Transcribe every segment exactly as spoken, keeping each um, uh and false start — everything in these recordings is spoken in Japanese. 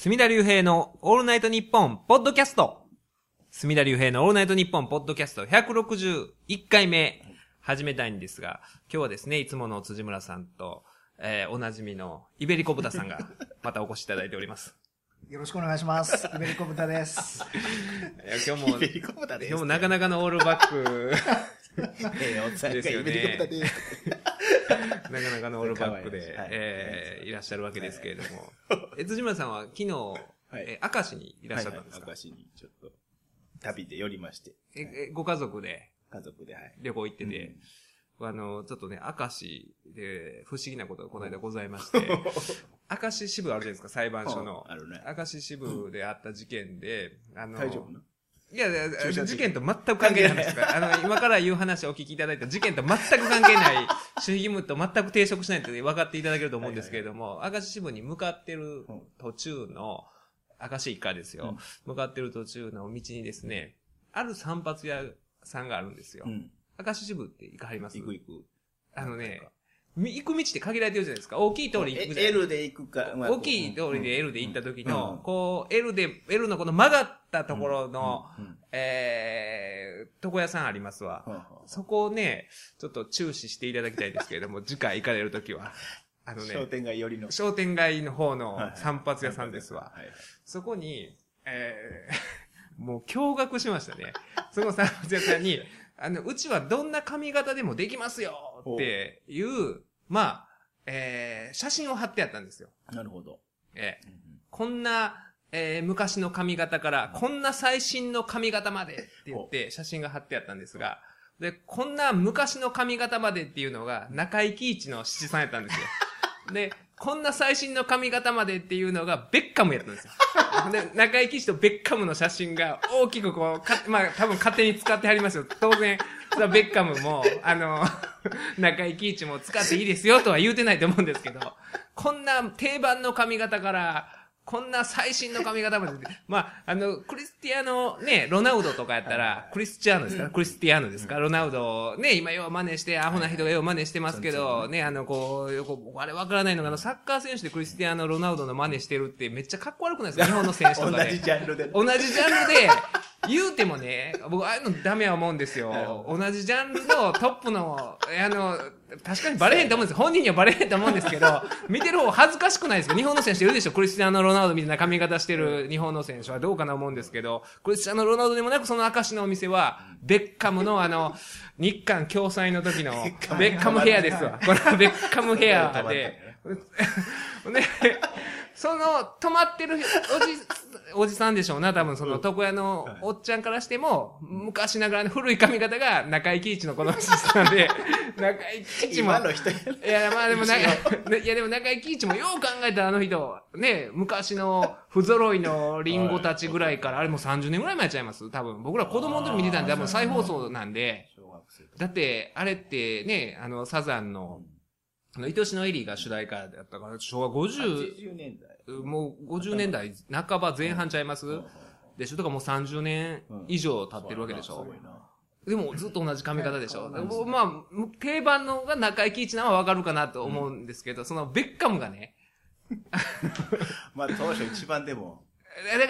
隅田隆平のオールナイトニッポンポッドキャスト。隅田隆平のオールナイトニッポンポッドキャストひゃくろくじゅういっかいめ始めたいんですが、今日はですね、いつもの辻村さんと、えー、おなじみのイベリコ豚さんがまたお越しいただいております。 よろしくお願いします。イベリコ豚です。 いや今日も、今日もなかなかのオールバックですよね。なかなかのオールバックで、はいえー、いらっしゃるわけですけれども。はい、辻村さんは昨日、はいえー、明石にいらっしゃったんですか？ はいはい、明石にちょっと旅で寄りまして。 え、ご家族で家族で、はい、 旅行行ってて、うん、あの、ちょっとね、明石で不思議なことがこの間ございまして、明石支部あるじゃないですか、裁判所の。 あるね。 明石支部であった事件で、あの、 大丈夫ないやいや、事件と全く関係ない話ですから、あの、今から言う話をお聞きいただいた事件と全く関係ない、守秘義務と全く抵触しないって分かっていただけると思うんですけれども、明石支部に向かってる途中の、明石一家ですよ、うん、向かってる途中の道にですね、ある散髪屋さんがあるんですよ。うん、明石支部って行かはります？ 行く行く。 あのね、行く道って限られてるじゃないですか。大きい通り行くじゃないですか。 L で行くか。 大きい通りで L で行った時の、うん、こう、L で、L のこの曲がったところの、うんうん、えー、床屋さんありますわ。うん、そこをね、ちょっと注視していただきたいですけれども、次回行かれる時は。あのね、 商店街寄りの。 商店街の方の散髪屋さんですわ。 はいはい、 そこに、えー、もう驚愕しましたね。その散髪屋さんに、あの、うちはどんな髪型でもできますよっていう、まあ、えー、写真を貼ってあったんですよ。 なるほど。 えーうんうん、こんな、えー、昔の髪型から、こんな最新の髪型までって言って写真が貼ってあったんですが、で、こんな昔の髪型までっていうのが中井貴一の七三やったんですよ。で、こんな最新の髪型までっていうのがベッカムやったんですよ。で、中井貴一とベッカムの写真が大きくこう、かまあ多分勝手に使ってはりますよ。当然、ベッカムも、あの、中井貴一も使っていいですよとは言うてないと思うんですけど、こんな定番の髪型から、こんな最新の髪型まで、まあ、あの、クリスティアーノ、ね、ロナウドとかやったら、クリスチアーノですかクリスティアーノですかロナウド、ね、今よう真似して、アホな人がよう真似してますけど、ね、あの、こう、よく、あれわからないのが、あの、サッカー選手でクリスティアーノ、ロナウドの真似してるってめっちゃかっこ悪くないですか日本の選手とかで。 同じジャンルで。 同じジャンルで、言うてもね、僕、ああいうのダメは思うんですよ。同じジャンルのトップの、あの、確かにバレへんと思うんですよ。本人にはバレへんと思うんですけど、見てる方恥ずかしくないですか日本の選手いるでしょクリスティアーノ・ロナウドみたいな髪型してる日本の選手はどうかな思うんですけど、クリスティアーノ・ロナウドでもなくその明石のお店は、ベッカムのあの、日韓共催の時のベッカムヘアですわ。これはベッカムヘアで、ね、その、泊まってるおじ、おじさんでしょうな、多分その床屋のおっちゃんからしても、昔ながらの古い髪型が中井貴一のこのおじさんで、中井貴一も、 今の人いや、まあでもな、いやでも中井貴一もよう考えたらあの人、ね、昔の不揃いのリンゴたちぐらいから、あれもうさんじゅうねんぐらい前ちゃいます多分。僕ら子供の時見てたんで、多分再放送なんで、だって、あれってね、あの、サザンの、あの、愛しのエリーが主題歌だったから、昭和ごじゅう、 はちじゅうねんだいもうごじゅうねんだい半ば前半ちゃいます、うん、でしょとかもうさんじゅうねん以上経ってるわけでしょ、うん、でもずっと同じ髪型でしょ、うん、まあ、定番のが中井貴一なのはわかるかなと思うんですけど、うん、そのベッカムがね。 まあ当初一番でも。 だから、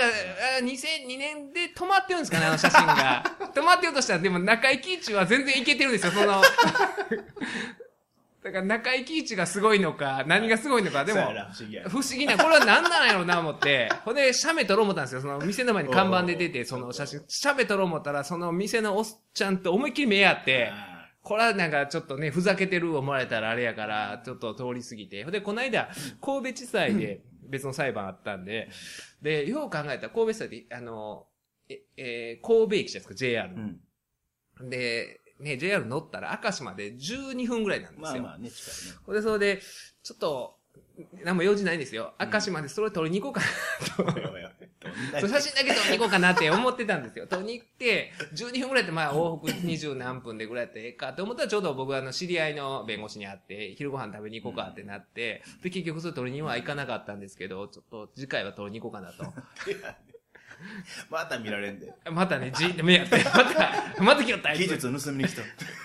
にせんにねんで止まってるんですかね、あの写真が。止まってるとしたら、でも中井貴一は全然いけてるんですよ、その。だから中井貴一がすごいのか、何がすごいのか、でも、不思議な、これは何なんやろうな思って、ほんで、写メ撮ろう思ったんですよ、その店の前に看板で出て、その写真、写メ撮ろう思ったら、その店のおっちゃんと思いっきり目合って、これはなんかちょっとね、ふざけてる思われたらあれやから、ちょっと通り過ぎて、ほんで、この間、神戸地裁で別の裁判あったんで、で、よう考えたら神戸地裁で、あの、え、えー、神戸駅じゃないですか、ジェイアール。うん、で、ね、ジェイアール 乗ったら明石までじゅうにふんぐらいなんですよ。 まあまあね、近いね。 ほんで、それで、ちょっと、何も用事ないんですよ。明石までそれ撮りに行こうかなと。そう写真だけ撮りに行こうかなって思ってたんですよ。撮りに行って、じゅうにふんぐらいってまあ往復にじゅうなんぷんでぐらいやったらええかって思ったらちょうど僕はあの知り合いの弁護士に会って、昼ご飯食べに行こうかってなって、で、結局それ撮りには行かなかったんですけど、ちょっと次回は撮りに行こうかなと。 また見られんで。 またね、じーって目やって、また、また来よった技術盗みに来た。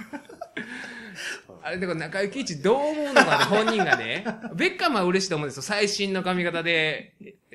あれ、だから中井貴一どう思うのかね、本人がね。ベッカムは嬉しいと思うんですよ。最新の髪型で、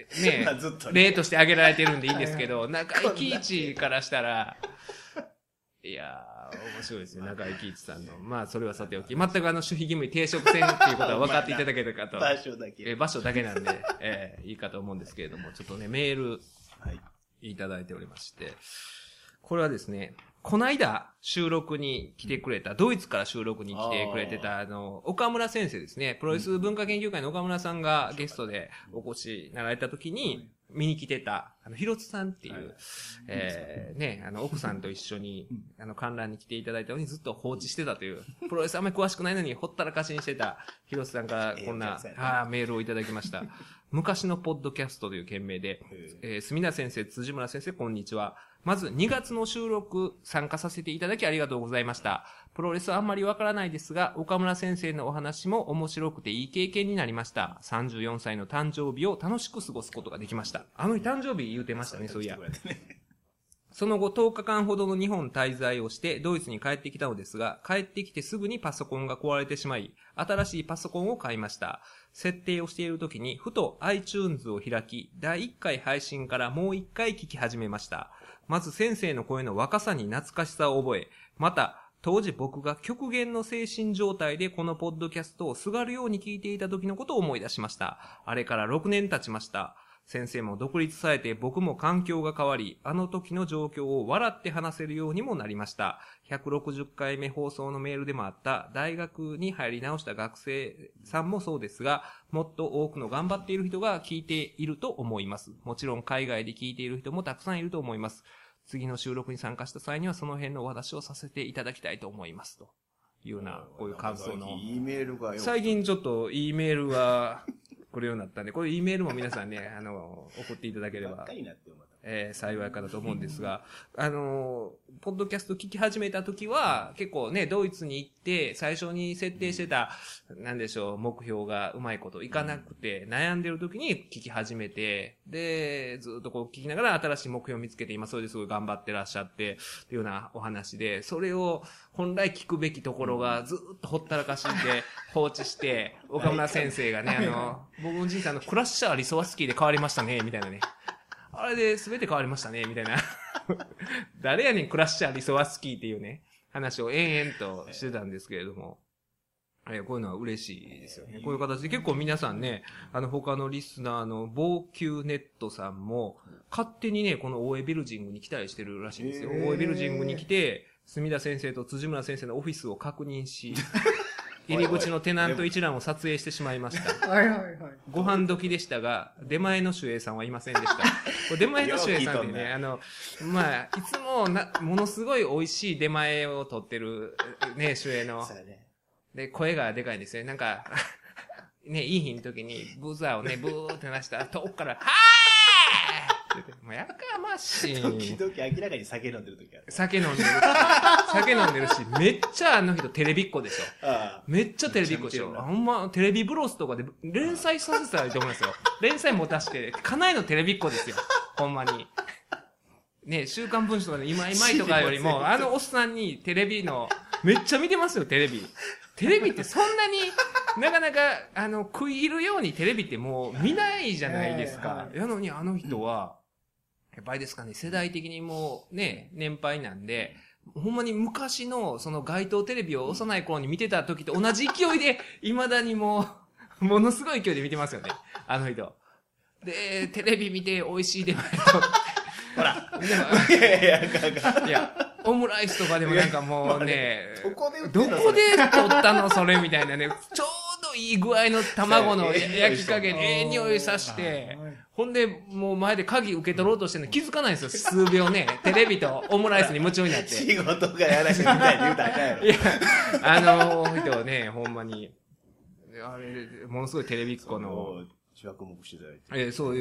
ね、 ずっとね例として挙げられてるんでいいんですけど、中井貴一からしたら、いやー、面白いですね、中井貴一さんの。まあ、それはさておき、全くあの、守秘義務に抵触せんっていうことは分かっていただけたかと。 場所だけ。 え場所だけなんで、えー、いいかと思うんですけれども、ちょっとね、メール、 はい。 いただいておりまして、これはですね、この間収録に来てくれた、ドイツから収録に来てくれてた、あの、岡村先生ですね、プロレス文化研究会の岡村さんがゲストでお越しなられた時に、見に来てた、あの、広津さんっていう、はい、えー、ね、あの、奥さんと一緒に、あの、観覧に来ていただいたのにずっと放置してたという、プロレスあんまり詳しくないのにほったらかしにしてた、広津さんからこんな、えー、あメールをいただきました。昔のポッドキャストという件名で、えー、墨田先生、辻村先生、こんにちは。まずにがつの収録参加させていただきありがとうございました。プロレスはあんまりわからないですが、岡村先生のお話も面白くていい経験になりました。さんじゅうよんさいの誕生日を楽しく過ごすことができました。あの日誕生日言うてましたね、そういや。その後とおかかんほどの日本滞在をしてドイツに帰ってきたのですが、帰ってきてすぐにパソコンが壊れてしまい、新しいパソコンを買いました。設定をしている時にふと iTunes を開き、だいいっかい配信からもういっかい聞き始めました。まず先生の声の若さに懐かしさを覚え、また当時僕が極限の精神状態でこのポッドキャストをすがるように聞いていた時のことを思い出しました。あれからろくねん経ちました。先生も独立されて僕も環境が変わり、あの時の状況を笑って話せるようにもなりました。ひゃくろくじゅっかいめ放送のメールでもあった大学に入り直した学生さんもそうですが、もっと多くの頑張っている人が聞いていると思います。もちろん海外で聞いている人もたくさんいると思います。次の収録に参加した際にはその辺のお話をさせていただきたいと思います。というような、こういう感想の。 E メールが最近ちょっと E メールが、来るようになったんで、これ E メールも皆さんね、あの、送っていただければ、えー、幸いかなと思うんですが、あの、ポッドキャスト聞き始めた時は、結構ね、ドイツに行って、最初に設定してた、なんでしょう、目標がうまいこといかなくて、悩んでる時に聞き始めて、で、ずっとこう聞きながら新しい目標を見つけて、今それですごい頑張ってらっしゃって、っていうようなお話で、それを本来聞くべきところがずっとほったらかしで放置して、岡村先生がね、あの、僕の人生あの、クラッシャーリソワスキーで変わりましたね、みたいなね。あれで全て変わりましたね、みたいな。誰やねん、クラッシャーリソワスキーっていうね、話を延々としてたんですけれども。えこういうのは嬉しいですよね。こういう形で結構皆さんね、あの他のリスナーの防球ネットさんも、勝手にね、この大江ビルジングに来たりしてるらしいんですよ。大江ビルジングに来て、墨田先生と辻村先生のオフィスを確認し、入り口のテナント一覧を撮影してしまいました。 はいはいはい。 ご飯時でしたが、出前の守衛さんはいませんでした。これ出前の守衛さんってね、あの、まあ、いつもな、ものすごい美味しい出前を取ってる、ね、守衛の。で、声がでかいんですよ。なんか、ね、いい日の時に、ブザーをね、ブーって鳴らしたら、遠くから、はーもうやかましい。 時々明らかに酒飲んでる時ある。 酒飲んでる。酒飲んでるし、めっちゃあの人テレビっ子でしょ。ああめっちゃテレビっ子でしょ。ほんま、テレビブロスとかで連載させたらいいと思いますよ。連載持たして、かなりのテレビっ子ですよ。ほんまに。ね、週刊文春とかで今今井とかよりも、あのおっさんにテレビの、めっちゃ見てますよ、テレビ。テレビってそんなに、なかなか、あの、食い入るようにテレビってもう見ないじゃないですか。やのにあの人は、やっぱりですかね、世代的にもうね、年配なんで、ほんまに昔のその街頭テレビを幼い頃に見てた時と同じ勢いで、未だにもう、ものすごい勢いで見てますよね、あの人。で、テレビ見て美味しい出前と、 ほら。いやいや、 いや、オムライスとかでもなんかもうね、 どこでどこで撮ったのそれみたいなね、ちょうどいい具合の卵の焼き加減、ええ匂いさして、ほんで、もう前で鍵受け取ろうとしてるの気づかないんですよ、数秒ね。テレビとオムライスに夢中になって。 仕事がやらせみたいに言うたらあかんやろ。 いや、あの人ね、ほんまに、あれ、ものすごいテレビっ子の、 注目していただいて。 えー、そういう、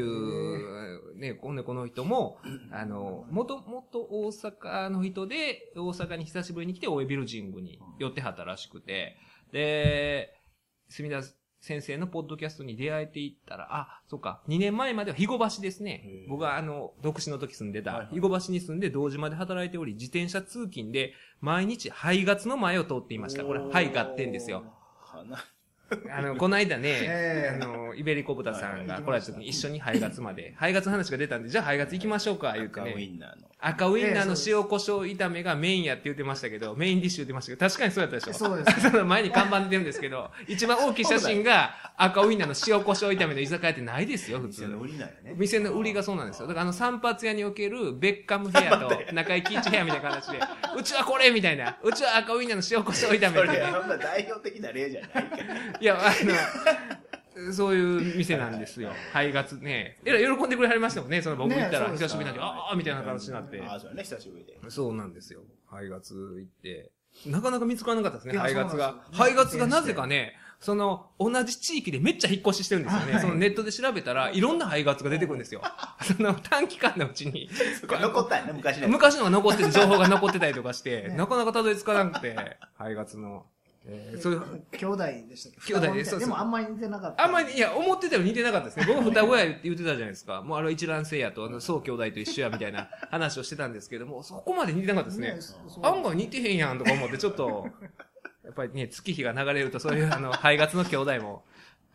ね、このこの人も、あの、もともと大阪の人で、大阪に久しぶりに来て、大江ビルジングに寄ってはったらしくて、で、墨田先生のポッドキャストに出会えていったら、あ、そうか、にねんまえまでは肥後橋ですね。僕はあの、独身の時住んでた、肥後橋に住んで堂島で働いており、自転車通勤で、毎日、灰月の前を通っていました。これ、灰合点ですよ。 あの、この間ね、 えーあの、イベリコ豚さんが来られた時に一緒にハイガツまで、ハイガツの話が出たんで、じゃあハイガツ行きましょうか、言うて赤ウイね。 ンナーの。 赤ウインナーの塩コショウ炒めがメインやって言ってましたけど、メインディッシュ言ってましたけど、確かにそうやったでしょ。 そうです。 その前に看板出てるんですけど、一番大きい写真が赤ウインナーの塩コショウ炒めの居酒屋ってないですよ、普通店の売りなんやね。 店の売りがそうなんですよ。だからあの散髪屋におけるベッカムヘアと中井貴一ヘアみたいな形で、うちはこれみたいな、うちは赤ウインナーの塩コショウ炒めってね。 それはそんな代表的な例じゃないから。 いや、あの、そういう店なんですよ。ハイガツね。えらい喜んでくれはりましたもんね。その僕行ったらね久しぶりなんで、ああみたいな形になって。 ああ、そうね、久しぶりで。 そうなんですよ。ハイガツ行って。なかなか見つからなかったですね、 いやハイガツが。 そうなんですよハイガツがなぜかね、その、同じ地域でめっちゃ引っ越ししてるんですよね。 はいそのネットで調べたら、いろんなハイガツが出てくるんですよ。その短期間のうちに。 残ったんやね、昔の。 昔のが残ってる情報が残ってたりとかして、なかなかたどり着かなくて、ハイガツの。えー、そういう、 兄弟でしたっけ？ 兄弟です双子みたいでもあんまり似てなかった。 あんまり、いや、思ってたより似てなかったですね。僕双子やって言ってたじゃないですか。もうあれは一卵性やと、あの、そう兄弟と一緒やみたいな話をしてたんですけども、そこまで似てなかったですね。 そう案外似てへんやんとか思って、ちょっと、やっぱりね、月日が流れるとそういう、あの、肺活の兄弟も、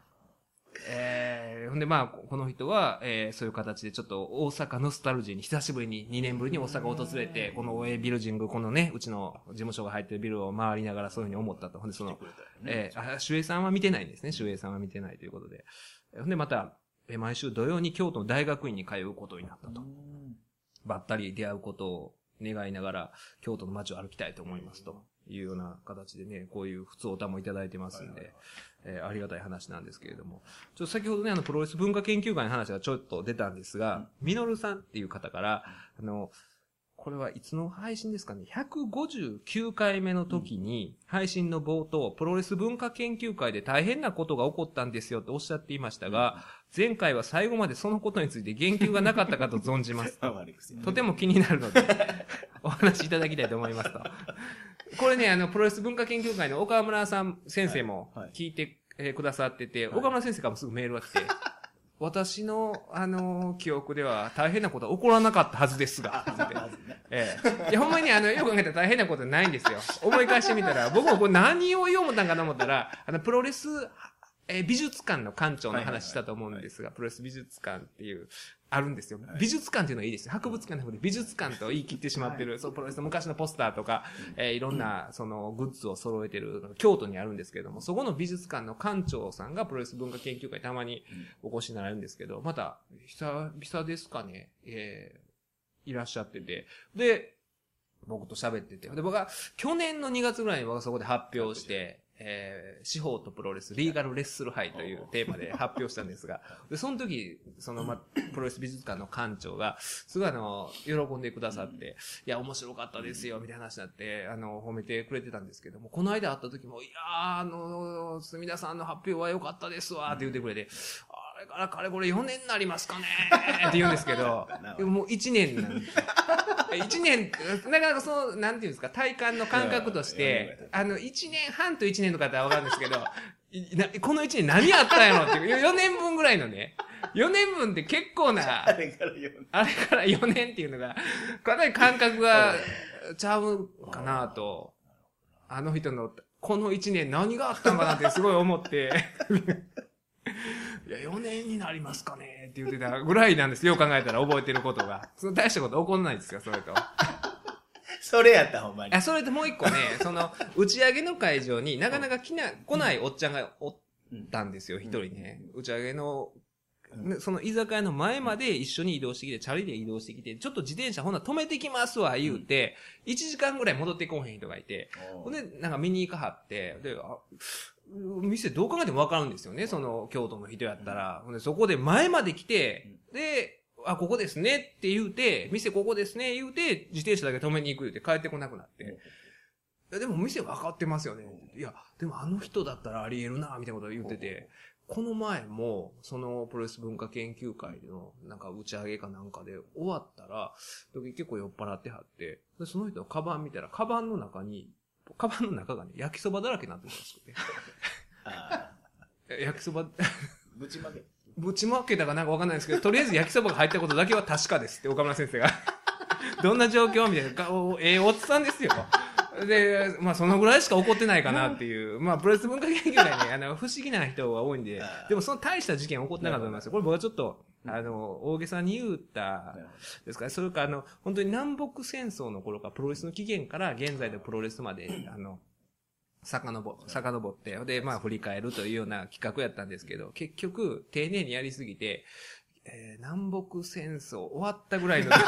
えー、ほんでまあ、この人は、えー、そういう形でちょっと大阪ノスタルジーに久しぶりににねんぶりに大阪を訪れて、このオエビルジング、このね、うちの事務所が入ってるビルを回りながらそういうふうに思ったと。ほんでその、えー、あ、守衛さんは見てないんですね。守衛さんは見てないということで。ほんでまた、えー、毎週土曜に京都の大学院に通うことになったと。ばったり出会うことを願いながら、京都の街を歩きたいと思いますというような形でね、こういう普通おたもいただいてますんで、えー、ありがたい話なんですけれども。ちょっと先ほどね、あの、プロレス文化研究会の話がちょっと出たんですが、ミノルさんっていう方から、あの、これはいつの配信ですかね、ひゃくごじゅうきゅうかいめの時に、配信の冒頭、プロレス文化研究会で大変なことが起こったんですよっておっしゃっていましたが、前回は最後までそのことについて言及がなかったかと存じます。とても気になるので、お話しいただきたいと思いますと。これね、あの、プロレス文化研究会の岡村さん先生も聞いてくださってて、はいはい、岡村先生からもすぐメールが来て、私の、あのー、記憶では大変なことは起こらなかったはずですが、ええ。いや、ほんまにあの、よく考えたら大変なことないんですよ。思い返してみたら、僕もこれ何を言おう思ったんかな思ったら、あの、プロレス、えー、美術館の館長の話したと思うんですが、プロレス美術館っていう、あるんですよ。美術館っていうのはいいですよ。博物館の方で美術館と言い切ってしまってる、はい、そう、プロレスの昔のポスターとか、えー、いろんな、その、グッズを揃えてる、京都にあるんですけれども、そこの美術館の館長さんがプロレス文化研究会たまにお越しになられるんですけど、また、久々ですかね、えー、いらっしゃってて、で、僕と喋ってて、で、僕は、去年のにがつぐらいに僕はそこで発表して、えー、司法とプロレス、リーガルレッスル杯というテーマで発表したんですが、で、その時、その、ま、プロレス美術館の館長が、すごいあの、喜んでくださって、いや、面白かったですよ、みたいな話になって、あの、褒めてくれてたんですけども、この間会った時も、いやー、あの、すみださんの発表は良かったですわ、って言ってくれて、あれからかれこれよねんになりますかねって言うんですけど、もういちねんなんですよ。いちねん、なかなかその、なんていうんですか、体感の感覚として、あの、いちねんはんといちねんとかってわかるんですけど、このいちねん何やったんやろっていう、よねんぶんぐらいのね、よねんぶんって結構な、あれからよねんっていうのが、かなり感覚がちゃうかなと、あの人の、このいちねん何があったんかなってすごい思って、いや、よねんになりますかねって言ってたぐらいなんですよ。よく考えたら覚えてることが。その大したこと起こんないですよ、それと。 それやった、ほんまに。 あ、それともう一個ね、その、打ち上げの会場になかなか来な、来ないおっちゃんがおったんですよ、一人ね。打ち上げの、その居酒屋の前まで一緒に移動してきて、チャリで移動してきて、ちょっと自転車ほんなら止めてきますわ、言うて、いちじかんぐらい戻ってこへん人がいて、ほんで、なんか見に行かはって、で、あ、店どう考えてもわかるんですよね、その京都の人やったら。ほんで、そこで前まで来て、で、あ、ここですねって言うて、店ここですね言うて、自転車だけ止めに行く言うて帰ってこなくなって。いや、でも店分かってますよね。いや、でもあの人だったらあり得るな、みたいなことを言ってて、この前も、そのプロレス文化研究会のなんか打ち上げかなんかで終わったら、結構酔っ払ってはって、でその人のカバン見たら、カバンの中に、カバンの中がね、焼きそばだらけになってたらしくて。あ焼きそば、 ぶちまけ。 ぶちまけたかなんかわかんないですけど、とりあえず焼きそばが入ったことだけは確かですって岡村先生が。どんな状況みたいな、ええおっさんですよ。 で、まあそのぐらいしか起こってないかなっていう、まあプロレス文化研究会にあの不思議な人が多いんで、でもその大した事件起こってなかったと思いますよ。これ僕はちょっと、あの、大げさに言うた、ですかね。それかあの、本当に南北戦争の頃からプロレスの起源から現在のプロレスまで、あの、遡、遡って、で、まあ振り返るというような企画やったんですけど、結局、丁寧にやりすぎて、えー、南北戦争終わったぐらいの、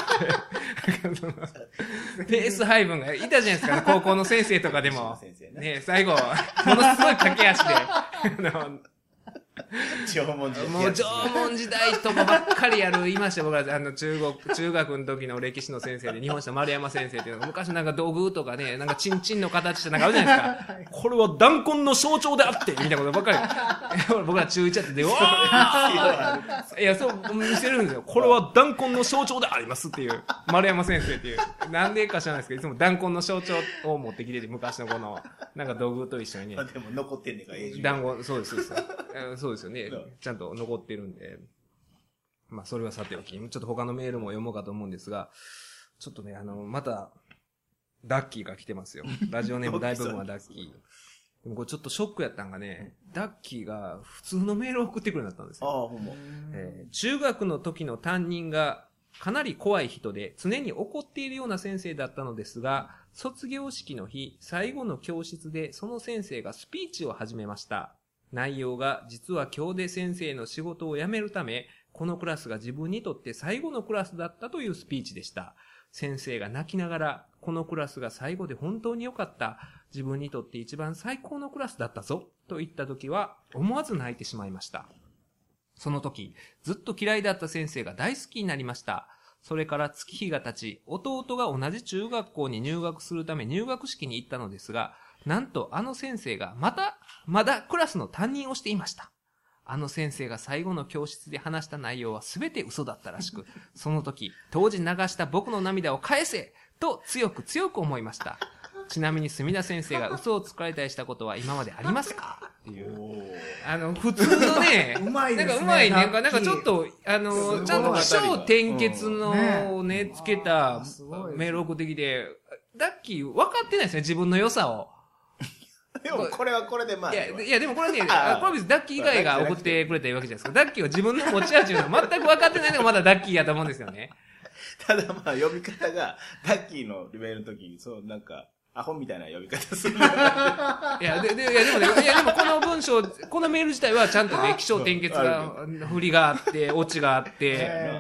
ペース配分がいたじゃないですか、高校の先生とかでも。ね、最後、ものすごい駆け足で、あの、 縄文時代。 もう縄文時代とかばっかりやる、いました僕ら、あの、中国、中学の時の歴史の先生で、日本史の丸山先生っていうのが、昔なんか道具とかね、なんかチンチンの形してなんかあるじゃないですか。これは弾痕の象徴であって、みたいなことばっかり。僕ら中いちやってて、うわーいや、そう、見せるんですよ。これは弾痕の象徴でありますっていう、丸山先生っていう。なんでか知らないですけど、いつも弾痕の象徴を持ってきてて、昔のこの、なんか道具と一緒にね。 でも残ってんねんから、永住。 弾痕、そうです、そうです。そうですよね。ちゃんと残ってるんで。まあ、それはさておき、ちょっと他のメールも読もうかと思うんですが、ちょっとね、あの、また、ダッキーが来てますよ。ラジオネーム大部分はダッキー。でもこれちょっとショックやったんがね、ダッキーが普通のメールを送ってくるようになったんですよ。 ああ、ほんま。 えー中学の時の担任がかなり怖い人で、常に怒っているような先生だったのですが、卒業式の日、最後の教室でその先生がスピーチを始めました。内容が、実は今日で先生の仕事を辞めるため、このクラスが自分にとって最後のクラスだったというスピーチでした。先生が泣きながら、このクラスが最後で本当に良かった。自分にとって一番最高のクラスだったぞ。と言った時は、思わず泣いてしまいました。その時、ずっと嫌いだった先生が大好きになりました。それから月日が経ち、弟が同じ中学校に入学するため入学式に行ったのですが、なんとあの先生がまた、まだクラスの担任をしていました。あの先生が最後の教室で話した内容は全て嘘だったらしく、その時、当時流した僕の涙を返せと強く強く思いました。ちなみに墨田先生が嘘をつかれたりしたことは今までありますかっていう。あの、普通のね、 うまいですね。 なんかうまいね。なんか、なんかちょっと、あの、ちゃんと気象転結のをね、つけたメール送ってきて、ダッキー分かってないですね、自分の良さを。 でもこれはこれでまあ。 いや、いやでもこれね、これは別にダッキー以外が送ってくれたわけじゃないですか。ダッキーは自分の持ち味を全く分かってないのがまだダッキーやと思うんですよね。 ただまあ読み方が、ダッキーのメールの時に、そう、なんか、アホみたいな読み方する。いや、で、で、いや、でもね、いや、でもこの文章、このメール自体はちゃんとね、気象転結が、振りがあって、オチがあって、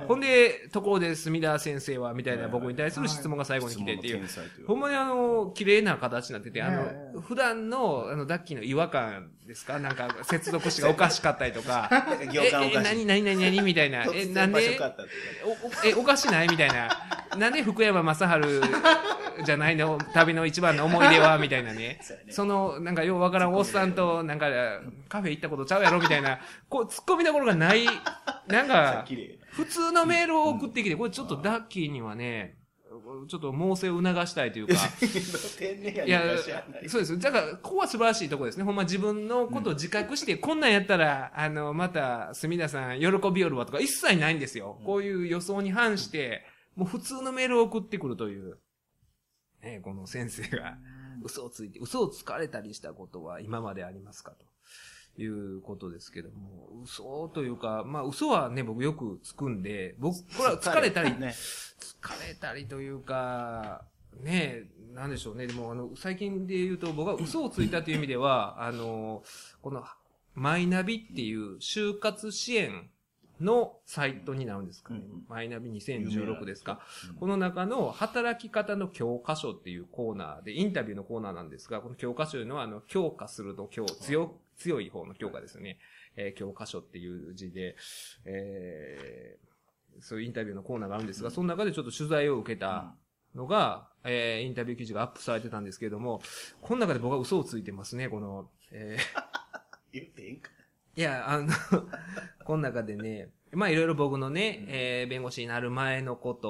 ほんで、ところで墨田先生は、みたいな僕に対する質問が最後に来てっていう、ほんまにあの、綺麗な形になってて、あの、普段の、あの、ダッキーの違和感ですかなんか、接続詞がおかしかったりとか、え、え、何、何、何、何みたいな、え、なんで、お、え、おかしないみたいな、なんで福山雅治じゃないの、旅の一番の思い出は、みたいなね。その、なんかようわからんおっさんと、なんか、カフェ行ったことちゃうやろみたいな、こう、突っ込みどころがない、なんか、普通のメールを送ってきて、これちょっとダッキーにはね、ちょっと猛省を促したいというか。いや、そうです。だから、ここは素晴らしいところですね。ほんま自分のことを自覚して、こんなんやったら、あの、また、墨田さん、喜びよるわとか一切ないんですよ。こういう予想に反して、もう普通のメールを送ってくるという。ね、この先生が嘘をついて、嘘をつかれたりしたことは今までありますかということですけども、嘘というか、まあ嘘はね、僕よくつくんで、僕、これは疲れたり、ね、疲れたりというか、ね、なんでしょうね。でもあの、最近で言うと僕は嘘をついたという意味では、あの、この、マイナビっていう就活支援のサイトになるんですかね。うん、マイナビにせんじゅうろくですか。うん、この中の働き方の教科書っていうコーナーで、インタビューのコーナーなんですが、この教科書というのは、あの、強化するの強、強、強い方の強化ですよね。えー、教科書っていう字で、えー、そういうインタビューのコーナーがあるんですが、その中でちょっと取材を受けたのが、えー、インタビュー記事がアップされてたんですけれども、この中で僕は嘘をついてますね、この、えー、 言っていいんかいや、あの、この中でね、まあいろいろ僕のね、えー、弁護士になる前のこと、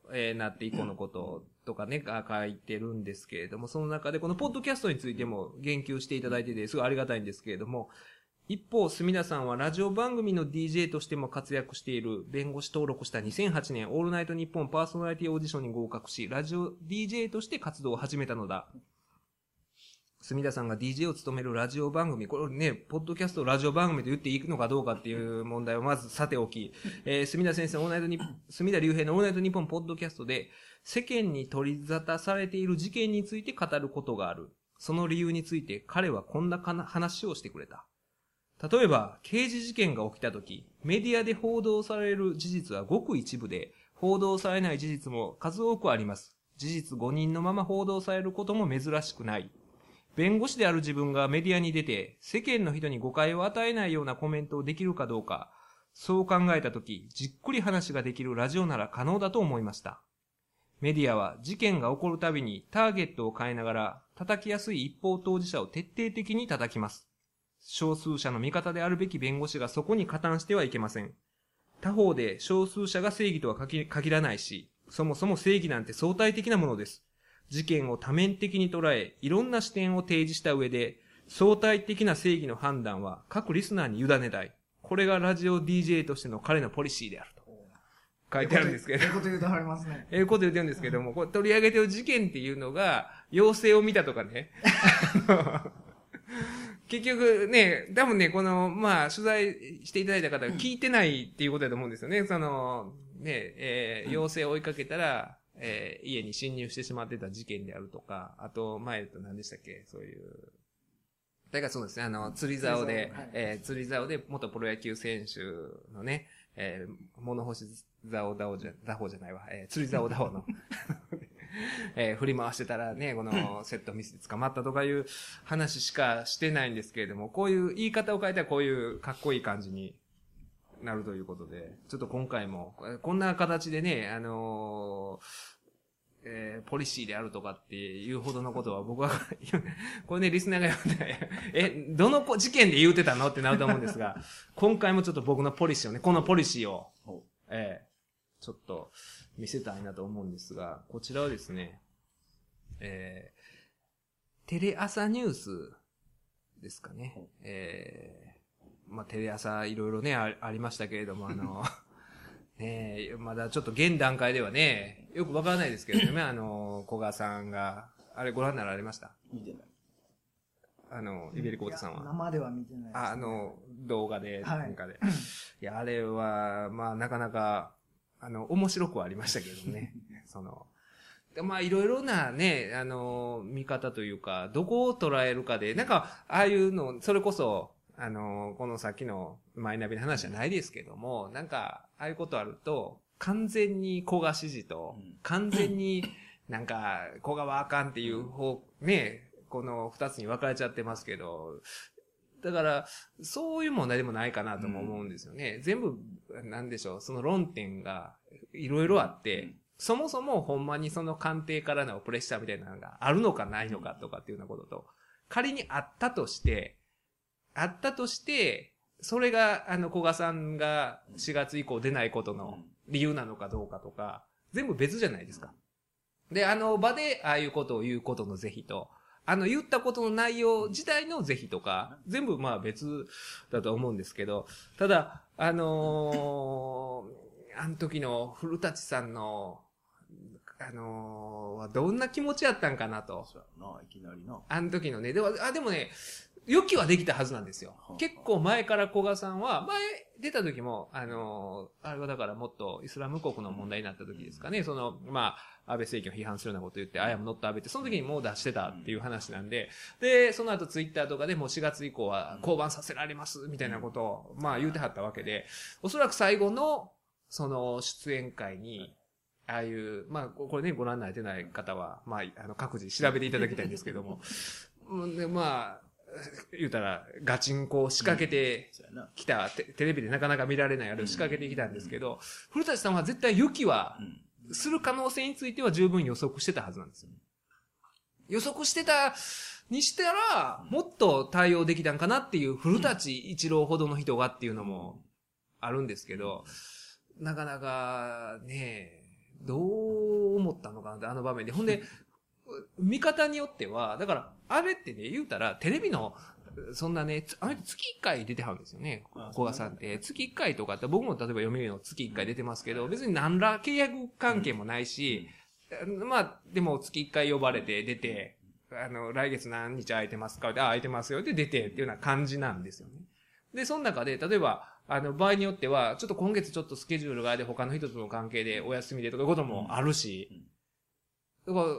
えー、なって以降のこととかね、書いてるんですけれども、その中でこのポッドキャストについても言及していただいてて、すごいありがたいんですけれども、一方、墨田さんはラジオ番組の ディージェー としても活躍している弁護士登録したにせんはちねんオールナイトニッポンパーソナリティオーディションに合格し、ラジオ ディージェー として活動を始めたのだ。 住田さんが ディージェー を務めるラジオ番組、これね、ポッドキャストをラジオ番組と言っていいのかどうかっていう問題をまずさておき、えー、住田先生、オールナイトニ住田隆平のオールナイトニッポンポッドキャストで、世間に取り沙汰されている事件について語ることがある。その理由について彼はこんな話をしてくれた。例えば、刑事事件が起きたとき、メディアで報道される事実はごく一部で、報道されない事実も数多くあります。事実誤認のまま報道されることも珍しくない。弁護士である自分がメディアに出て、世間の人に誤解を与えないようなコメントをできるかどうか、そう考えたとき、じっくり話ができるラジオなら可能だと思いました。メディアは事件が起こるたびにターゲットを変えながら、叩きやすい一方当事者を徹底的に叩きます。少数者の味方であるべき弁護士がそこに加担してはいけません。他方で少数者が正義とは限らないし、そもそも正義なんて相対的なものです。事件を多面的に捉え、いろんな視点を提示した上で、相対的な正義の判断は各リスナーに委ねたい。これがラジオ ディージェー としての彼のポリシーであると。書いてあるんですけど。 ええこと言うてはりますね。 ええこと言ってるんですけども、これ取り上げてる事件っていうのが、妖精を見たとかね。結局ね、多分ね、この、まあ、取材していただいた方が聞いてないっていうことだと思うんですよね。その、ね、えー、妖精を追いかけたら、えー、家に侵入してしまってた事件であるとか、あと、前と何でしたっけ、そういう。だからそうですね、あの、釣り竿で、はい、えー、釣り竿で元プロ野球選手のね、えー、物干し竿ダオじゃ、ダホじゃないわ、えー、釣り竿ダオの、えー、振り回してたらね、このセットミスで捕まったとかいう話しかしてないんですけれども、こういう言い方を変えたらこういうかっこいい感じになるということで、ちょっと今回も、こんな形でね、あのー、えー、ポリシーであるとかっていうほどのことは僕は、これね、リスナーが読んで、え、どの事件で言うてたのってなると思うんですが、今回もちょっと僕のポリシーをね、このポリシーを、えー、ちょっと見せたいなと思うんですが、こちらはですね、えー、テレ朝ニュースですかね、えー、まあ、テレ朝いろいろね、あ, ありましたけれども、あの、ねえ、まだちょっと現段階ではね、よくわからないですけどね、あの、古賀さんが、あれご覧になられました？ 見てない。 あの、イベリコートさんは。 生では見てないです、ね。 あの、動画で、なんかで。はい、いや、あれは、まあ、なかなか、あの、面白くはありましたけどね。その、まあ、いろいろなね、あの、見方というか、どこを捉えるかで、なんか、ああいうの、それこそ、あの、このさっきのマイナビの話じゃないですけども、なんか、ああいうことあると、完全に古賀支持と、完全になんか、古賀はあかんっていう方、ね、この二つに分かれちゃってますけど、だから、そういう問題でもないかなとも思うんですよね。全部、なんでしょう、その論点がいろいろあって、そもそもほんまにその官邸からのプレッシャーみたいなのがあるのかないのかとかっていうようなことと、仮にあったとして、あったとして、それが、あの、古賀さんがしがつ以降出ないことの理由なのかどうかとか、全部別じゃないですか。で、あの場でああいうことを言うことの是非と、あの言ったことの内容自体の是非とか、全部まあ別だと思うんですけど、ただ、あのー、あの時の古舘さんの、あのー、どんな気持ちやったんかなと。 そうやな、いきなりな。 あの時のね、でも、あ、でもね、予期はできたはずなんですよ。結構前から古賀さんは、前出た時も、あのー、あれはだからもっとイスラム国の問題になった時ですかね、その、まあ、安倍政権を批判するようなこと言って、あやもノット安倍って、その時にもう出してたっていう話なんで、で、その後ツイッターとかでもうしがつ以降は降板させられます、みたいなことを、まあ言うてはったわけで、おそらく最後の、その出演会に、ああいう、まあ、これね、ご覧になれてない方は、まあ、あの、各自調べていただきたいんですけども、で、まあ、言うたら、ガチンコを仕掛けてきた、テレビでなかなか見られないあれを仕掛けてきたんですけど、古舘さんは絶対予期は、する可能性については十分予測してたはずなんですよ。予測してたにしたら、もっと対応できたんかなっていう古舘一郎ほどの人がっていうのもあるんですけど、なかなかね、どう思ったのかなって、あの場面で。ほんで、見方によっては、だから、あれってね、言うたら、テレビの、そんなね、あれ月いっかい出てはるんですよね。古賀さんって。月いっかいとかって、僕も例えば読売の月いっかい出てますけど、別に何ら契約関係もないし、まあ、でも月いっかい呼ばれて出て、 あの、来月何日空いてますかで、あ、空いてますよって出てっていうような感じなんですよね。で、その中で、例えば、あの、場合によっては、ちょっと今月ちょっとスケジュールがで他の人との関係でお休みでとかいうこともあるし、だから、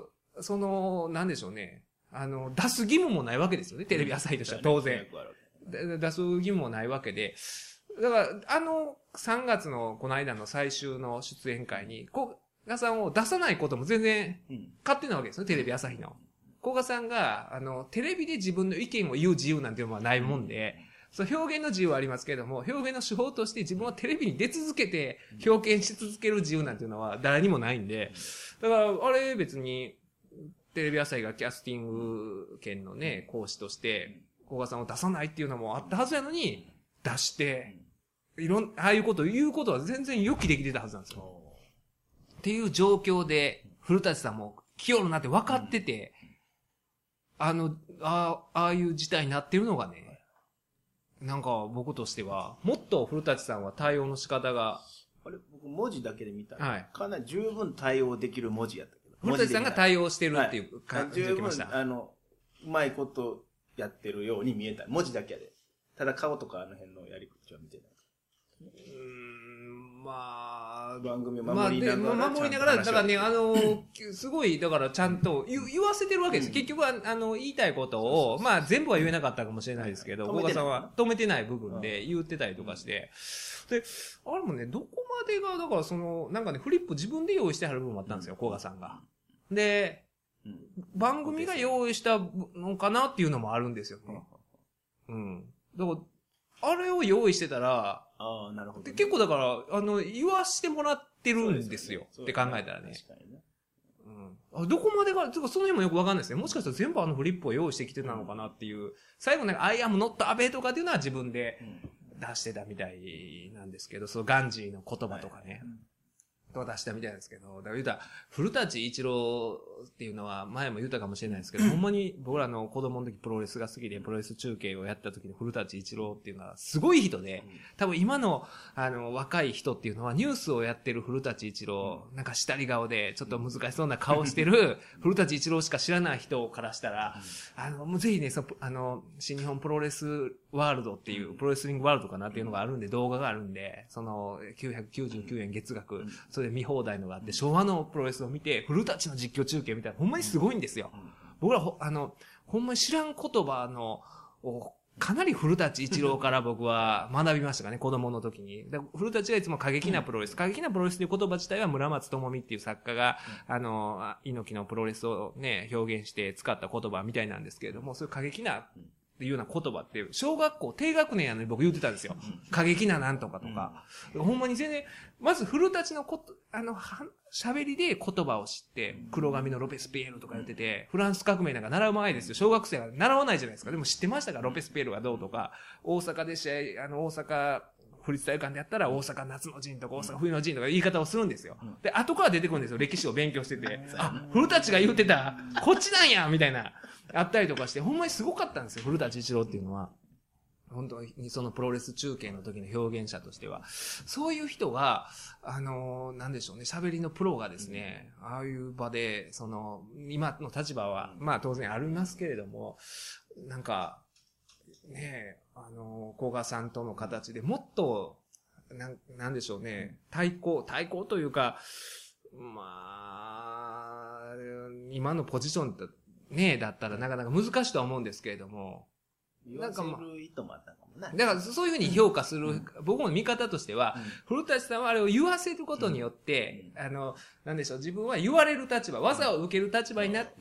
その、なんでしょうね。あの、出す義務もないわけですよね。テレビ朝日としては当然。出す義務もないわけで。だから、あの、さんがつのこの間の最終の出演会に、古賀さんを出さないことも全然勝手なわけですよ。テレビ朝日の。古賀さんが、あの、テレビで自分の意見を言う自由なんていうのはないもんで、そう、表現の自由はありますけれども、表現の手法として自分はテレビに出続けて表現し続ける自由なんていうのは誰にもないんで、だから、あれ別に、テレビ朝日がキャスティング権のね、講師として、古賀さんを出さないっていうのもあったはずやのに、出して、いろん、ああいうことを言うことは全然予期できてたはずなんですよ。っていう状況で、古舘さんも来よるなって分かってて、あの、ああ、ああいう事態になってるのがね、なんか僕としては、もっと古舘さんは対応の仕方が、 あれ、僕文字だけで見たら、 はい、 かなり十分対応できる文字やったけど。 古舘さんが対応してるっていう感じで受けました。 はい、十分、あの、うまいことやってるように見えた。文字だけで。ただ顔とかあの辺のやり口は見てない。 うーん、まあ、 番組を守りながら、 まあ、守りながら、だからね、あの、すごい、だからちゃんと言言わせてるわけです。うん、結局は、あの、言いたいことを、まあ、全部は言えなかったかもしれないですけど、小川さんは止めてない部分で言ってたりとかして、で、あれもね、どこまでが、だからその、なんかね、フリップ自分で用意してはる部分もあったんですよ、小川さんが。で、番組が用意したのかなっていうのもあるんですよね。うん。だから、あれを用意してたら、 ああ、なるほど、ね。 結構だから、あの、言わしてもらってるんですよ。すね、って考えたらね。 確かにね。 うん。あ、どこまでが、その辺もよくわかんないですね。もしかしたら全部あのフリップを用意してきてたのかなっていう。最後ね、I am not Abe とかっていうのは自分で出してたみたいなんですけど、そのガンジーの言葉とかね。はい、と出したみたいですけど、だから言うたら、古舘一郎っていうのは前も言ったかもしれないですけど、ほんまに僕らの子供の時プロレスが好きで、プロレス中継をやった時の古舘一郎っていうのはすごい人で、多分今のあの若い人っていうのはニュースをやってる古舘一郎、なんか下り顔でちょっと難しそうな顔してる古舘一郎しか知らない人からしたら、あの、もうぜひね、その、あの、新日本プロレスワールドっていう、プロレスリングワールドかなっていうのがあるんで、動画があるんで、その、きゅうひゃくきゅうじゅうきゅうえん月額、それで見放題のがあって、昭和のプロレスを見て、古舘の実況中継みたいな、ほんまにすごいんですよ。僕らほ、あの、ほんまに知らん言葉の、かなり古舘一郎から僕は学びましたかね、子供の時に。古舘がいつも過激なプロレス。過激なプロレスという言葉自体は村松智美っていう作家が、あの、猪木のプロレスをね、表現して使った言葉みたいなんですけれども、そういう過激な、っていうような言葉って、小学校低学年やのに僕言ってたんですよ。過激ななんとかとか。ほんまに全然、まず古舘のこと、あの、喋りで言葉を知って、黒髪のロペスピエールとか言ってて、フランス革命なんか習う前ですよ。小学生は習わないじゃないですか。でも知ってましたかロペスピエールがどうとか、大阪で試合、あの、大阪、府立体育館でやったら、大阪夏の陣とか大阪冬の陣とか言い方をするんですよ。で、後から出てくるんですよ。歴史を勉強してて。あ、古舘が言ってた、こっちなんやみたいな。あったりとかして、ほんまにすごかったんですよ。古舘一郎っていうのは。本当にそのプロレス中継の時の表現者としては。そういう人が、あのー、なんでしょうね、喋りのプロがですね、ああいう場で、その、今の立場は、まあ当然ありますけれども、なんか、ねえ、あのー、古賀さんとの形でもっと、なん、なんでしょうね、対抗、対抗というか、まあ、今のポジションだねえ、だったらなかなか難しいとは思うんですけれども。 なんかまあ。意図もあったかもね。 だからそういうふうに評価する、うん、僕の見方としては、うん、古舘さんはあれを言わせることによって、うん、あの、なんでしょう、自分は言われる立場、技を受ける立場になって、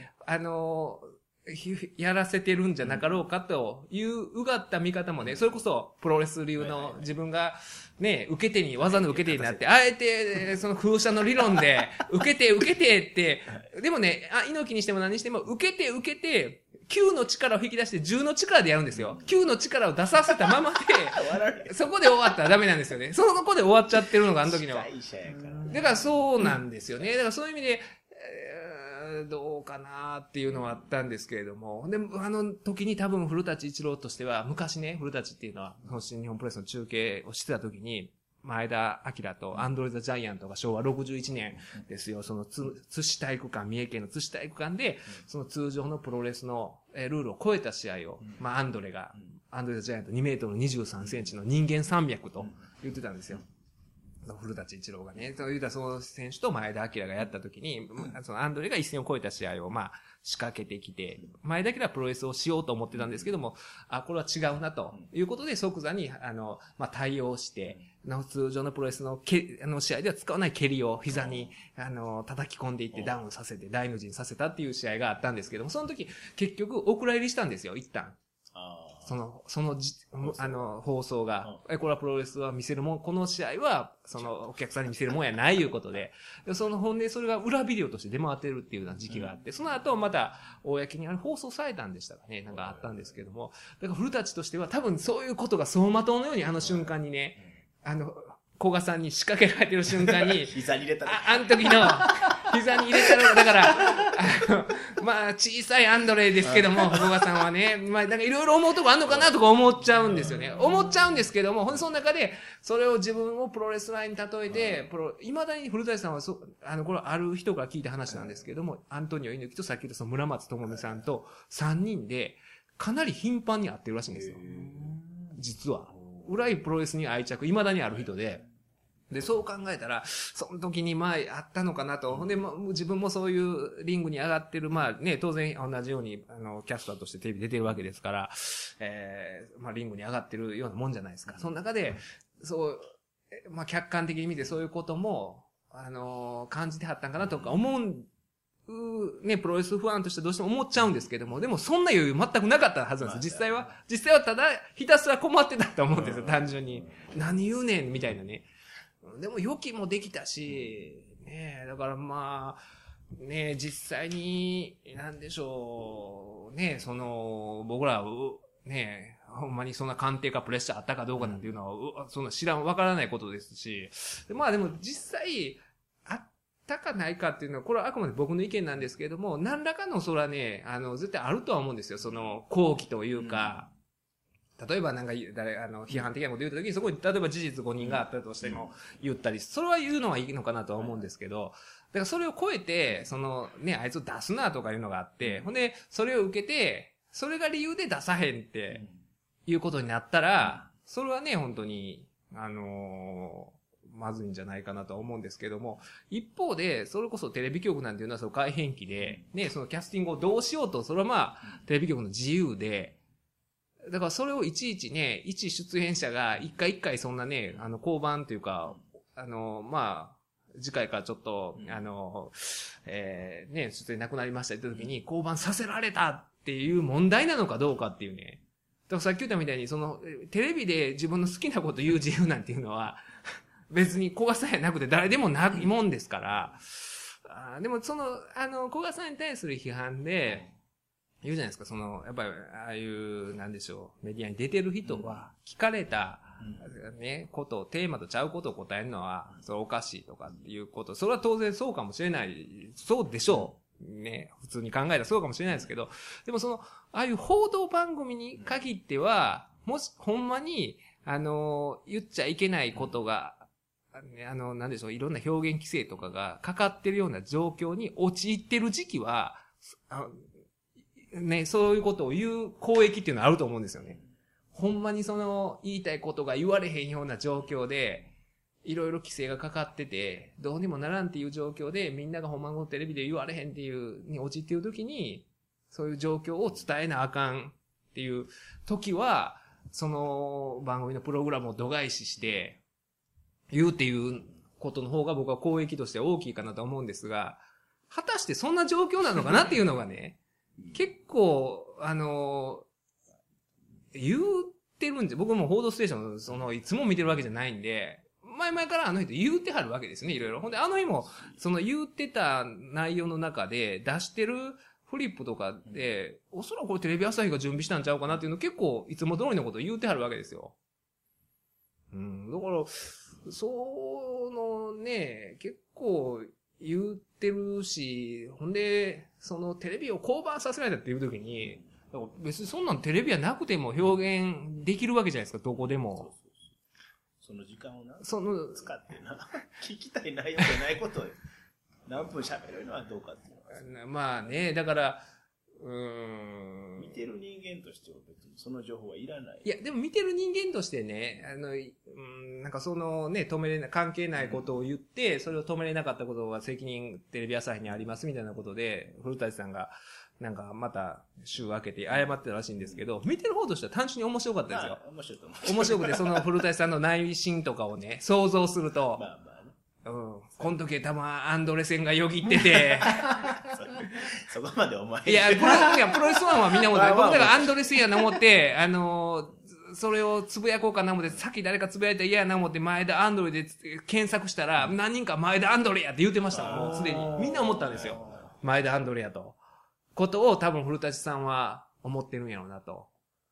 うん、あの、やらせてるんじゃなかろうかといううがった見方もね、それこそプロレス流の自分がね、受け手に、技の受け手になって、あえてその風車の理論で、受けて受けてって、でもね、あ、猪木にしても何にしても、受けて受けて、きゅうの力を引き出してじゅうの力でやるんですよ。きゅうの力を出させたままで、そこで終わったらダメなんですよね。その子で終わっちゃってるのがあの時のは。だからそうなんですよね。だからそういう意味で、どうかなっていうのはあったんですけれども。でも、あの時に多分古舘一郎としては、昔ね、古舘っていうのは、新日本プロレスの中継をしてた時に、 前田明とアンドレ・ザ・ジャイアントがしょうわろくじゅういちねんですよ。そのつ津市体育館、三重県の津市体育館で、その通常のプロレスのルールを超えた試合を、まあアンドレが、アンドレ・ザ・ジャイアントにメートルにじゅうさんセンチの人間山脈と言ってたんですよ。古舘一郎がね、そういったその選手と前田明がやった時に、そのアンドレが一線を越えた試合をまあ仕掛けてきて、前田明はプロレスをしようと思ってたんですけども、あ、これは違うなということで即座に、あの、まあ対応して、通常のプロレスのけ、あの試合では使わない蹴りを膝に、あの、叩き込んでいってダウンさせて、大の字にさせたっていう試合があったんですけども、その時結局お蔵入りしたんですよ、一旦。その、そのじ、あの、放送が、え、これはプロレスは見せるもん、この試合は、その、お客さんに見せるもんやないいうことで、でその本でそれが裏ビデオとして出回ってるっていうような時期があって、その後また、公にあれ放送されたんでしたかね、なんかあったんですけども、だから古舘としては多分そういうことが走馬灯のようにあの瞬間にね、あの、古賀さんに仕掛けられてる瞬間に、 膝に入れたあ、あの時の、膝に入れたら、だから、あの、まあ、小さいアンドレですけども、古賀さんはね、まあ、なんかいろいろ思うとこあんのかなとか思っちゃうんですよね。思っちゃうんですけども、ほんでその中で、それを自分をプロレスラーに例えて、プロ、未だに古舘さんはそ、あの、これある人から聞いた話なんですけども、アントニオ猪木とさっき言ったその村松智美さんとさんにんで、かなり頻繁に会ってるらしいんですよ。実は。裏いプロレスに愛着、未だにある人で、で、そう考えたら、その時にまあ、あったのかなと。ほんで、まあ、自分もそういうリングに上がってる、まあね、当然同じように、あの、キャスターとしてテレビ出てるわけですから、えー、まあ、リングに上がってるようなもんじゃないですか。その中で、そう、まあ、客観的に見てそういうことも、あの、感じてはったんかなとか思うんう、ね、プロレスファンとしてどうしても思っちゃうんですけども、でもそんな余裕全くなかったはずなんです。実際は。実際はただ、ひたすら困ってたと思うんですよ、単純に。何言うねん、みたいなね。でも予期もできたし、ねえ、だからまあ、ねえ、実際に、なんでしょう、ねえ、その、僕ら、ねえ、ほんまにそんな鑑定かプレッシャーあったかどうかなんていうのは、そんな知らん、わからないことですし、まあでも実際、あったかないかっていうのは、これはあくまで僕の意見なんですけれども、何らかのそれはね、あの、絶対あるとは思うんですよ、その、後期というか、例えばなんか、誰、あの、批判的なこと言った時に、そこに、例えば事実誤認があったとしても言ったり、それは言うのはいいのかなとは思うんですけど、だからそれを超えて、その、ね、あいつを出すなとかいうのがあって、ほんで、それを受けて、それが理由で出さへんって、いうことになったら、それはね、本当に、あのー、まずいんじゃないかなとは思うんですけども、一方で、それこそテレビ局なんていうのはその改編期で、ね、そのキャスティングをどうしようと、それはまあ、テレビ局の自由で、だからそれをいちいちね、一出演者が一回一回そんなね、あの、降板というか、あの、まあ、次回からちょっと、あの、えー、ね、出演なくなりましたって言った時に、降板させられたっていう問題なのかどうかっていうね。だからさっき言ったみたいに、その、テレビで自分の好きなこと言う自由なんていうのは、別に小賀さんやなくて誰でもないもんですから、あでもその、あの、小賀さんに対する批判で、言うじゃないですか、その、やっぱり、ああいう、なんでしょう、メディアに出てる人は、聞かれた、ね、ことを、テーマとちゃうことを答えるのは、それおかしいとかっていうこと、それは当然そうかもしれない、そうでしょう。ね、普通に考えたらそうかもしれないですけど、でもその、ああいう報道番組に限っては、もし、ほんまに、あの、言っちゃいけないことが、あの、なんでしょう、いろんな表現規制とかがかかってるような状況に陥ってる時期は、あね、そういうことを言う公益っていうのはあると思うんですよね。ほんまにその言いたいことが言われへんような状況で、いろいろ規制がかかってて、どうにもならんっていう状況で、みんながほんまのテレビで言われへんっていう、に陥っている時に、そういう状況を伝えなあかんっていう時は、その番組のプログラムを度外視して、言うっていうことの方が僕は公益として大きいかなと思うんですが、果たしてそんな状況なのかなっていうのがね、結構、あの、言ってるんで、僕も報道ステーション、その、いつも見てるわけじゃないんで、前々からあの人言ってはるわけですね、いろいろ。ほんで、あの日も、その言ってた内容の中で出してるフリップとかで、おそらくこれテレビ朝日が準備したんちゃうかなっていうの結構、いつも通りのことを言ってはるわけですよ。うん、だから、そのね、結構言ってるし、ほんで、そのテレビを降板させられたっていう時に、別にそんなんテレビはなくても表現できるわけじゃないですか、どこでも。 その時間をな、 その、 使ってな、聞きたい内容じゃないことを何分喋るのはどうかっていうのは。 まあね、だから、うーん。 見てる人間としては別にその情報はいらない。 いや、でも見てる人間としてね、あの、うん、なんかそのね、止めれな、関係ないことを言って、うん、それを止めれなかったことが責任テレビ朝日にありますみたいなことで、古舘さんが、なんかまた週明けて謝ってたらしいんですけど、見てる方としては単純に面白かったですよ。 面白いと思う。 面白くて、その古舘さんの内心とかをね、想像すると、 まあまあね。 うん。この時たまアンドレセンがよぎってて、 そこまでお前。 いや、プロ、いや、プロレスファンはみんな思って、僕だからアンドレセンやな思って、あのー、それをつぶやこうかな思って、さっき誰かつぶやいたら嫌やな思って、前田アンドレで検索したら、何人か前田アンドレやって言ってましたもん、もうすでに。みんな思ったんですよ。前田アンドレやと。ことを多分古舘さんは思ってるんやろうなと。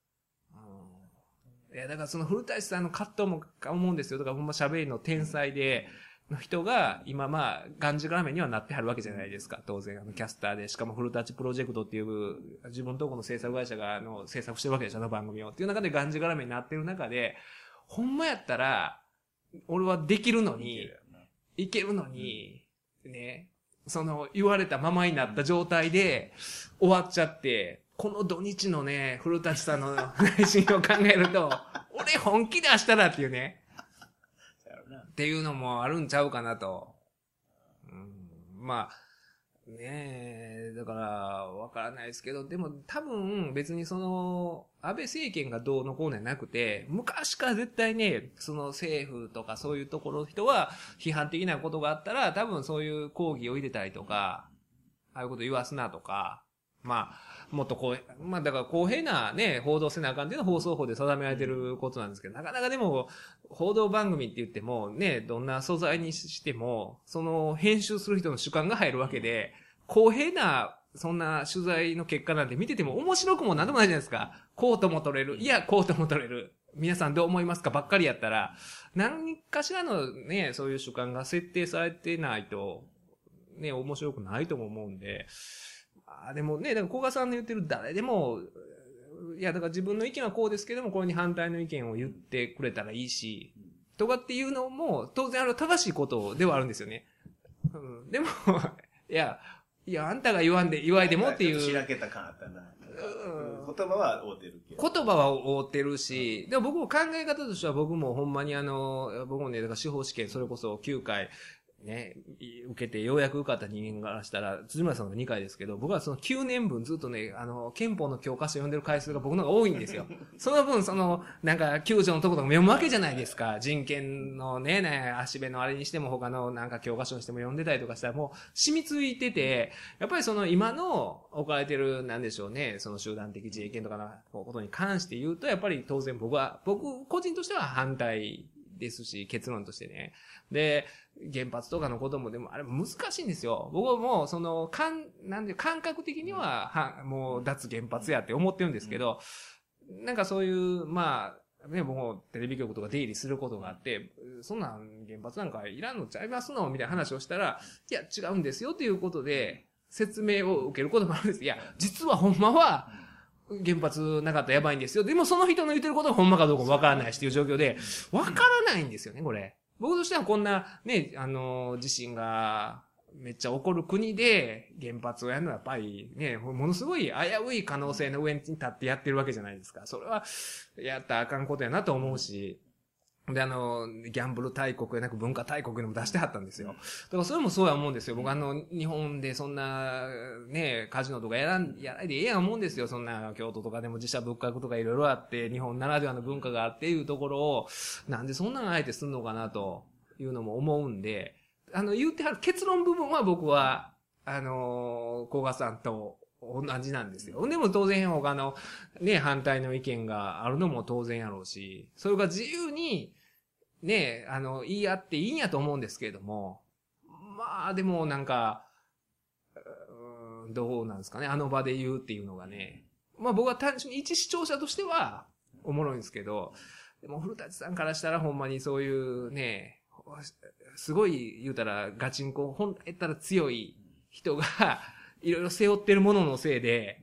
うん、いや、だからその古舘さんの葛藤も思うんですよ。だからほんま喋りの天才で、の人が今まあ、がんじがらめにはなってはるわけじゃないですか。当然、あの、キャスターで、しかも古舘プロジェクトっていう、自分のとこの制作会社が、あの、制作してるわけでしょ、あの番組を。っていう中でがんじがらめになってる中で、ほんまやったら、俺はできるのに、いけるのに、ね、その、言われたままになった状態で、終わっちゃって、この土日のね、古舘さんの内心を考えると、俺本気出したらっていうね、っていうのもあるんちゃうかなと。うん、まあ、ねえ、だから、わからないですけど、でも多分別にその、安倍政権がどうのこうのじゃなくて、昔から絶対ね、その政府とかそういうところの人は批判的なことがあったら、多分そういう抗議を入れたりとか、ああいうこと言わすなとか、まあ、もっとこう、まあだから公平なね、報道せなあかんっていうのは放送法で定められてることなんですけど、なかなかでも、報道番組って言っても、ね、どんな素材にしても、その編集する人の主観が入るわけで、公平な、そんな取材の結果なんて見てても面白くもなんでもないじゃないですか。こうとも取れる。いや、こうとも取れる。皆さんどう思いますかばっかりやったら、何かしらのね、そういう主観が設定されてないと、ね、面白くないとも思うんで、あでもね、だから小賀さんの言ってる誰でも、いや、だから自分の意見はこうですけども、これに反対の意見を言ってくれたらいいし、とかっていうのも、当然あの正しいことではあるんですよね。うん、でも、いや、いや、あんたが言わんで、言わいでもっていう。 しらけた感あったな。うん、言葉は合うてるけど。 言葉は合うてるし、でも僕も考え方としては僕もほんまにあの、僕もね、だから司法試験それこそきゅうかい、ね、受けてようやく受かった人間からしたら、辻村さんがにかいですけど、僕はそのきゅうねんぶんずっとね、あの、憲法の教科書読んでる回数が僕の方が多いんですよ。その分、その、なんか、きゅう条のところとかも読むわけじゃないですか。人権のね、ね、足部のあれにしても他のなんか教科書にしても読んでたりとかしたらもう染みついてて、やっぱりその今の置かれてる、なんでしょうね、その集団的自衛権とかのことに関して言うと、やっぱり当然僕は、僕個人としては反対ですし、結論としてね。で、原発とかのこともでもあれ難しいんですよ。僕はもうその感なんで感覚的にははもう脱原発やって思ってるんですけど、なんかそういうまあねもうテレビ局とか出入りすることがあって、そんなん原発なんかいらんのちゃいますのみたいな話をしたら、いや違うんですよということで説明を受けることもあるんです。いや実はほんまは原発なかったらやばいんですよ。でもその人の言ってることがほんまかどうかもわからないしっていう状況で、わからないんですよねこれ。僕としてはこんなね、あの、地震がめっちゃ起こる国で原発をやるのはやっぱりね、ものすごい危うい可能性の上に立ってやってるわけじゃないですか。それはやったらあかんことやなと思うし、で、あの、ギャンブル大国やなく文化大国にも出してはったんですよ。だからそれもそうや思うんですよ。僕あの、日本でそんな、ね、カジノとかやらん、やらないでええやん思うんですよ。そんな、京都とかでも自社仏閣とかいろいろあって、日本ならではの文化があっていうところを、なんでそんなのあえてすんのかなというのも思うんで、あの、言うてはる結論部分は僕は、あの、小賀さんと、同じなんですよ。でも当然他のね、反対の意見があるのも当然やろうし、それが自由にね、あの、言い合っていいんやと思うんですけれども、まあでもなんか、うーんどうなんですかね、あの場で言うっていうのがね。まあ僕は単純に一視聴者としてはおもろいんですけど、でも古舘さんからしたらほんまにそういうね、すごい言うたらガチンコ、本来言ったら強い人が、いろいろ背負ってるもののせいで、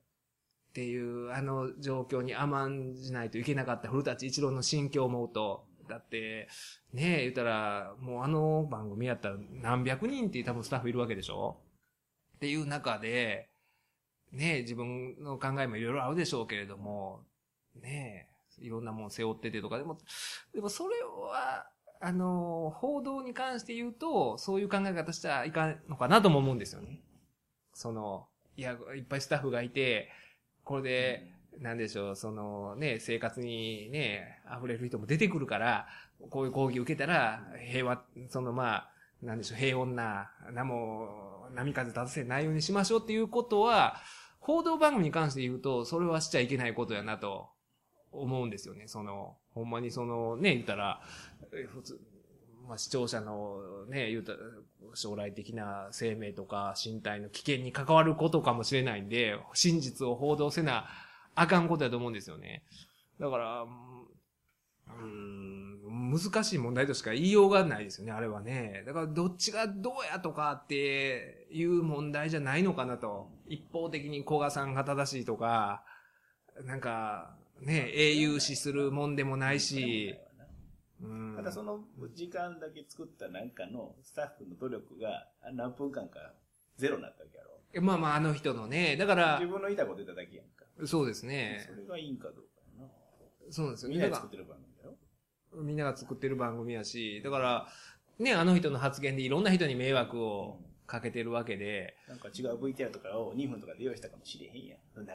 っていう、あの状況に甘んじないといけなかった古舘一郎の心境を思うと、 だって、ねえ、言ったら、もうあの番組やったら何百人って多分スタッフいるわけでしょっていう中で、ねえ、自分の考えもいろいろあるでしょうけれども、ねえ、いろんなもん背負っててとか、でも、でもそれは、あの、報道に関して言うと、そういう考え方したらいかんのかなとも思うんですよね。その、いや、いっぱいスタッフがいて、これで、なんでしょう、そのね、生活にね、溢れる人も出てくるから、こういう講義受けたら、平和、そのまあ、なんでしょう、平穏な、なも、波風立たせないようにしましょうっていうことは、報道番組に関して言うと、それはしちゃいけないことやなと思うんですよね。その、ほんまにそのね、言ったら、普通、まあ視聴者のね、言うたら、将来的な生命とか身体の危険に関わることかもしれないんで、真実を報道せなあかんことだと思うんですよね。だから、うーん、難しい問題としか言いようがないですよね、あれはね。だからどっちがどうやとかっていう問題じゃないのかなと。一方的に古賀さんが正しいとか、なんか、ね、英雄視するもんでもないし、うん、 ただその時間だけ作ったなんかのスタッフの努力が何分間かゼロになったわけやろ。 まあまああの人のね、だから。 自分の言いたこと言っただけやんか。 そうですね。 それがいいんかどうかやな。 そうなんですよ。 みんなが作ってる番組だよ。 みんなが作ってる番組やし、だから、ね、あの人の発言でいろんな人に迷惑をかけてるわけで。 うん、なんか違う ブイティーアール とかをにふんとかで用意したかもしれへんやん。流せへんかった。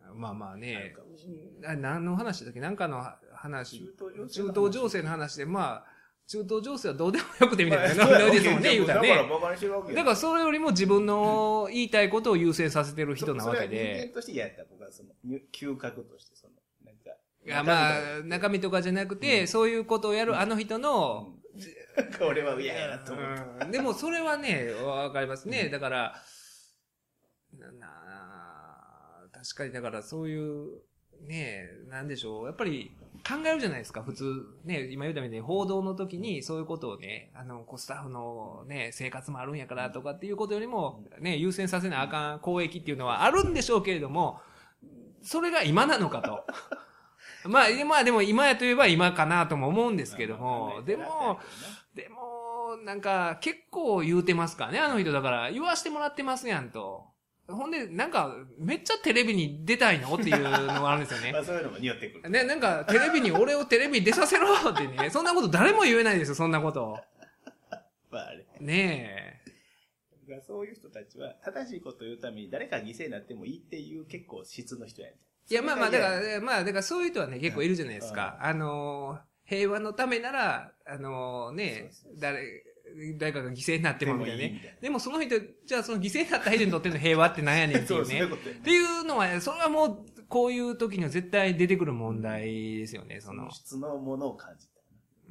まあまあね。あ何の話だっけなんかの話。中東情勢の話で、まあ、中東情勢はどうでもよくてみたいな感じですもんね、言うたらね。だからそれよりも自分の言いたいことを優先させてる人なわけで。 それは人間としてやった僕はその、嗅覚としてその、なんか。 いやまあ、中身とかじゃなくて、うん、そういうことをやるあの人の、 うん、俺は嫌やなと思う、 うん。でもそれはね、わかりますね。だから、な確かにだからそういう、ねえ、なんでしょう。やっぱり考えるじゃないですか、普通。ね、今言うたみたいに報道の時にそういうことをね、あの、こうスタッフのね、生活もあるんやからとかっていうことよりも、ね、優先させなあかん公益っていうのはあるんでしょうけれども、それが今なのかと。まあ、まあでも今やといえば今かなとも思うんですけども、でも、でも、なんか結構言うてますからね、あの人だから言わしてもらってますやんと。ほんで、なんか、めっちゃテレビに出たいのっていうのがあるんですよね。 まあそういうのも匂ってくる。 ね、なんか、テレビに、俺をテレビに出させろってね、そんなこと誰も言えないですよ、そんなこと。 まああれ。 ねえ。そういう人たちは、正しいことを言うために誰か犠牲になってもいいっていう結構質の人やね。 いや、まあまあ、だから、まあ、だからそういう人はね、結構いるじゃないですか。あの、平和のためなら、あのね、誰、誰かが犠牲になってもみたいなね。でもその人、じゃあその犠牲になった人にとっての平和ってなんやねんっていうね。っていうのは、それはもう、こういう時には絶対出てくる問題ですよね、その。 質のものを感じた。 うん。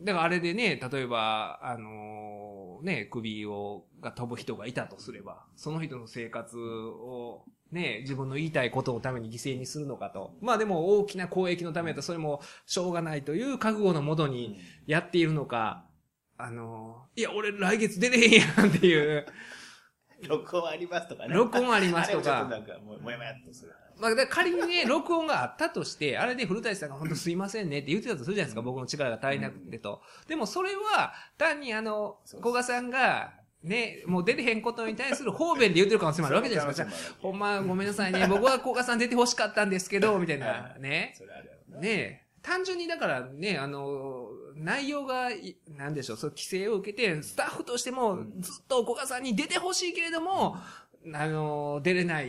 だからあれでね、例えば、あのー、ね、首を、が飛ぶ人がいたとすれば、その人の生活を、ね、自分の言いたいことのために犠牲にするのかと。まあでも大きな公益のためだとそれもしょうがないという覚悟のもとにやっているのか、あの、いや、俺来月出れへんやんっていう。 録音ありますとかね。 録音ありますとか。 あれもちょっとなんか、もう、もやもやっとする。 まあ、だ仮にね、録音があったとして、あれで古舘さんが本当すいませんねって言ってたとするじゃないですか、僕の力が足りなくてと。でもそれは、単にあの、古賀さんが、ね、もう出てへんことに対する方便で言ってる可能性もあるわけじゃないですか。ほんまごめんなさいね、僕は古賀さん出て欲しかったんですけど、みたいな、ね。ね単純にだからね、あの、内容が、なんでしょう、そう、規制を受けて、スタッフとしても、ずっと古賀さんに出てほしいけれども、あの、出れない、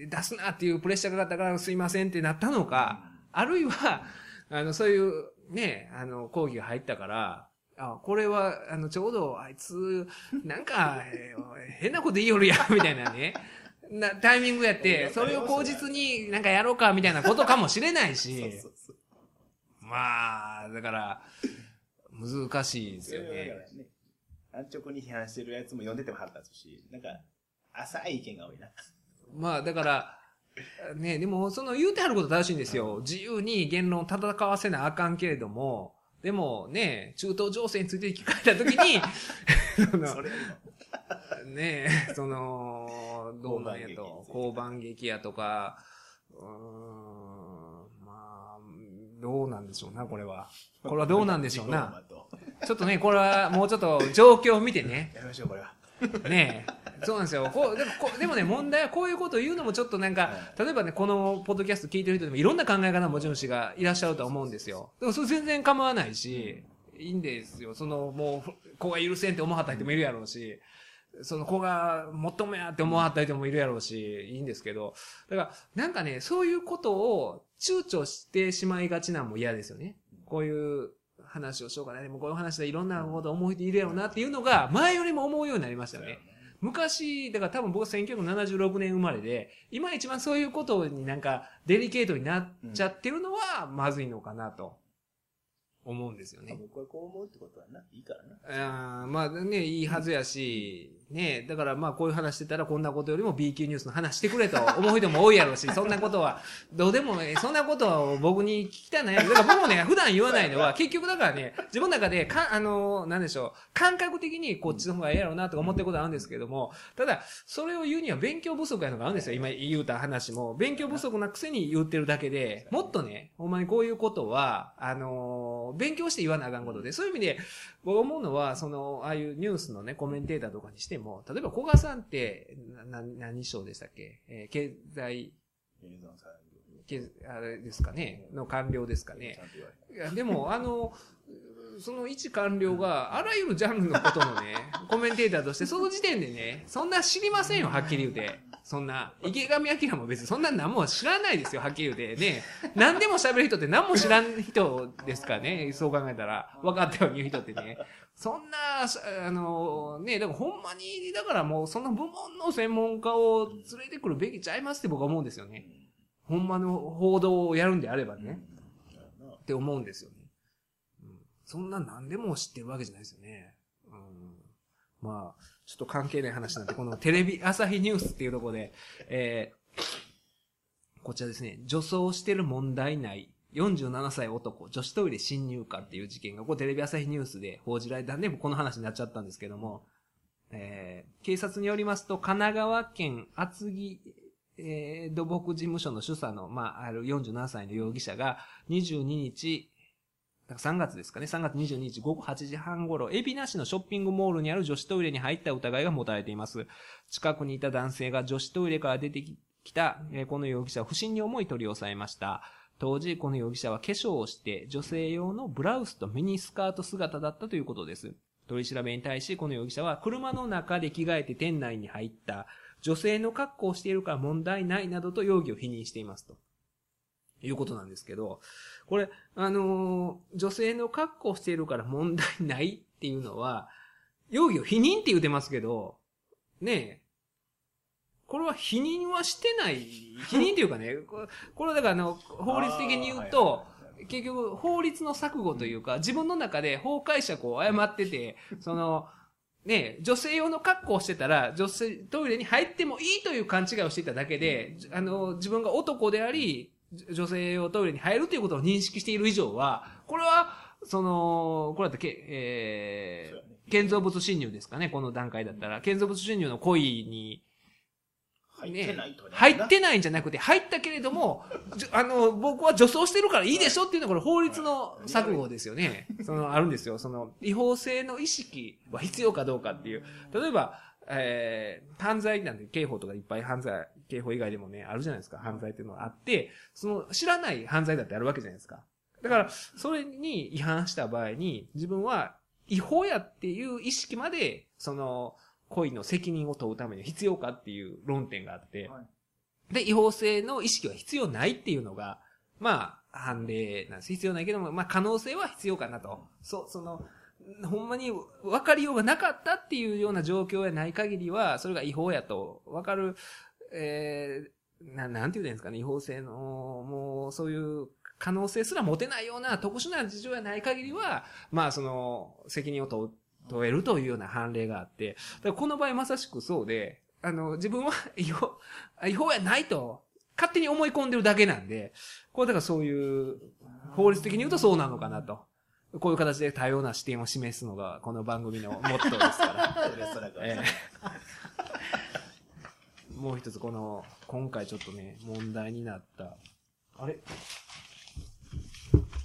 出すなっていうプレッシャーがあったからすいませんってなったのか、あるいは、あの、そういう、ね、あの、講義が入ったから、あ、これは、あの、ちょうど、あいつ、なんか、えー、変なこと言いよるやん、みたいなね。な、タイミングやって、それを口実になんかやろうか、みたいなことかもしれないし。そうそうそうまあ、だから、難しいですよね。だからね、 安直に批判してるやつも読んでても腹立つし、なんか、浅い意見が多いな。 まあ、だから、ね、でも、その言うてはること正しいんですよ。自由に言論を戦わせなあかんけれども、でもね、中東情勢について聞かれたときに、それねえ、その、どうなんやと、交番劇やとか、うーん、まあ、 どうなんでしょうな、これは。これはどうなんでしょうな。ちょっとね、これはもうちょっと状況を見てね。 やめましょう、これは。 ねえ。そうなんですよ。こうでもこでもね、問題はこういうことを言うのもちょっとなんか、例えばね、このポッドキャスト聞いてる人でもいろんな考え方の持ち主がいらっしゃると思うんですよ。でもそれ全然構わないし、いいんですよ。その、もう、子が許せんって思わはった人もいるやろうし、その子が求めやって思わはった人もいるやろうし、いいんですけど、だから、なんかね、そういうことを躊躇してしまいがちなんも嫌ですよね。こういう話をしようかな。でもこういう話でいろんなこと思う人いるやろうなっていうのが、前よりも思うようになりましたよね。昔、だから多分僕せんきゅうひゃくななじゅうろくねん生まれで、今一番そういうことになんかデリケートになっちゃってるのはまずいのかなと思うんですよね。 僕はこう思うってことはな、いいからな。 あまあね、いいはずやし、ね、だからまあこういう話してたらこんなことよりも B 級ニュースの話してくれと思う人も多いやろうし、そんなことは、どうでもね、そんなことは僕に聞きたない。だから僕もね、普段言わないのは、結局だからね、自分の中で、か、あの、なんでしょう、感覚的にこっちの方がええやろうなとか思ってることはあるんですけども、ただ、それを言うには勉強不足やのがあるんですよ。今言うた話も。勉強不足なくせに言ってるだけで、もっとね、ほんまにこういうことは、あの、勉強して言わなあかんことで、そういう意味で、僕思うのは、その、ああいうニュースのね、コメンテーターとかにしても、例えば小川さんって、な、何省でしたっけ、えー、経済、経あれですかね、の官僚ですかね。いや、でも、あの、その一官僚があらゆるジャンルのことのね、コメンテーターとして、その時点でね、そんな知りませんよ、はっきり言うて。そんな、池上彰も別にそんな何も知らないですよ、はっきり言うて。ね、何でも喋る人って何も知らん人ですからね、そう考えたら、分かったように言う人ってね。そんな、あの、ね、だからほんまに、だからもうその部門の専門家を連れてくるべきちゃいますって僕は思うんですよね。ほんまの報道をやるんであればね。って思うんですよね。そんな何でも知ってるわけじゃないですよね。うん、まあ、ちょっと関係ない話なんで、このテレビ朝日ニュースっていうところで、えー、こちらですね、女装してる問題ないよんじゅうななさい男、女子トイレ侵入かっていう事件が、こうテレビ朝日ニュースで報じられたんで、この話になっちゃったんですけども、えー、警察によりますと、神奈川県厚木、えー、土木事務所の主査の、まあ、あるよんじゅうななさいの容疑者が、にじゅうににち、さんがつですかね。さんがつにじゅうににちごごはちじはん頃、海老名市のショッピングモールにある女子トイレに入った疑いが持たれています。近くにいた男性が女子トイレから出てきた、えー、この容疑者を不審に思い取り押さえました。当時、この容疑者は化粧をして、女性用のブラウスとミニスカート姿だったということです。取り調べに対し、この容疑者は車の中で着替えて店内に入った、女性の格好をしているから問題ないなどと容疑を否認していますと。いうことなんですけど、これ、あのー、女性の格好をしているから問題ないっていうのは、容疑を否認って言ってますけど、ねえ、これは否認はしてない、否認っていうかね、これはだからあの、法律的に言うと、結局法律の錯誤というか、自分の中で法解釈を誤ってて、その、ねえ、女性用の格好をしてたら、女性トイレに入ってもいいという勘違いをしていただけで、あの、自分が男であり、女性用トイレに入るということを認識している以上は、これは、その、これだってけ、えー、建造物侵入ですかね、この段階だったら。建造物侵入の行為に、 入ってないとね。 入ってないんじゃなくて、入ったけれども、あの、僕は女装してるからいいでしょっていうのはこれ法律の錯誤ですよね。その、あるんですよ。その、違法性の意識は必要かどうかっていう。例えば、えー、犯罪なんで刑法とかいっぱい犯罪、刑法以外でもね、あるじゃないですか。犯罪っていうのがあって、その知らない犯罪だってあるわけじゃないですか。だから、それに違反した場合に、自分は違法やっていう意識まで、その、行為の責任を問うために必要かっていう論点があって、はい、で、違法性の意識は必要ないっていうのが、まあ、判例なんです。必要ないけども、まあ、可能性は必要かなと。そう、その、ほんまに分かりようがなかったっていうような状況やない限りは、それが違法やと分かる、えー、な、なんて言うんですかね、違法性の、もう、そういう可能性すら持てないような特殊な事情やない限りは、まあ、その、責任を問う、問えるというような判例があって、だからこの場合まさしくそうで、あの、自分は違法、違法やないと、勝手に思い込んでるだけなんで、これだからそういう、法律的に言うとそうなのかなと。こういう形で多様な視点を示すのがこの番組のモットーですから。えー、もう一つこの今回ちょっとね問題になったあれ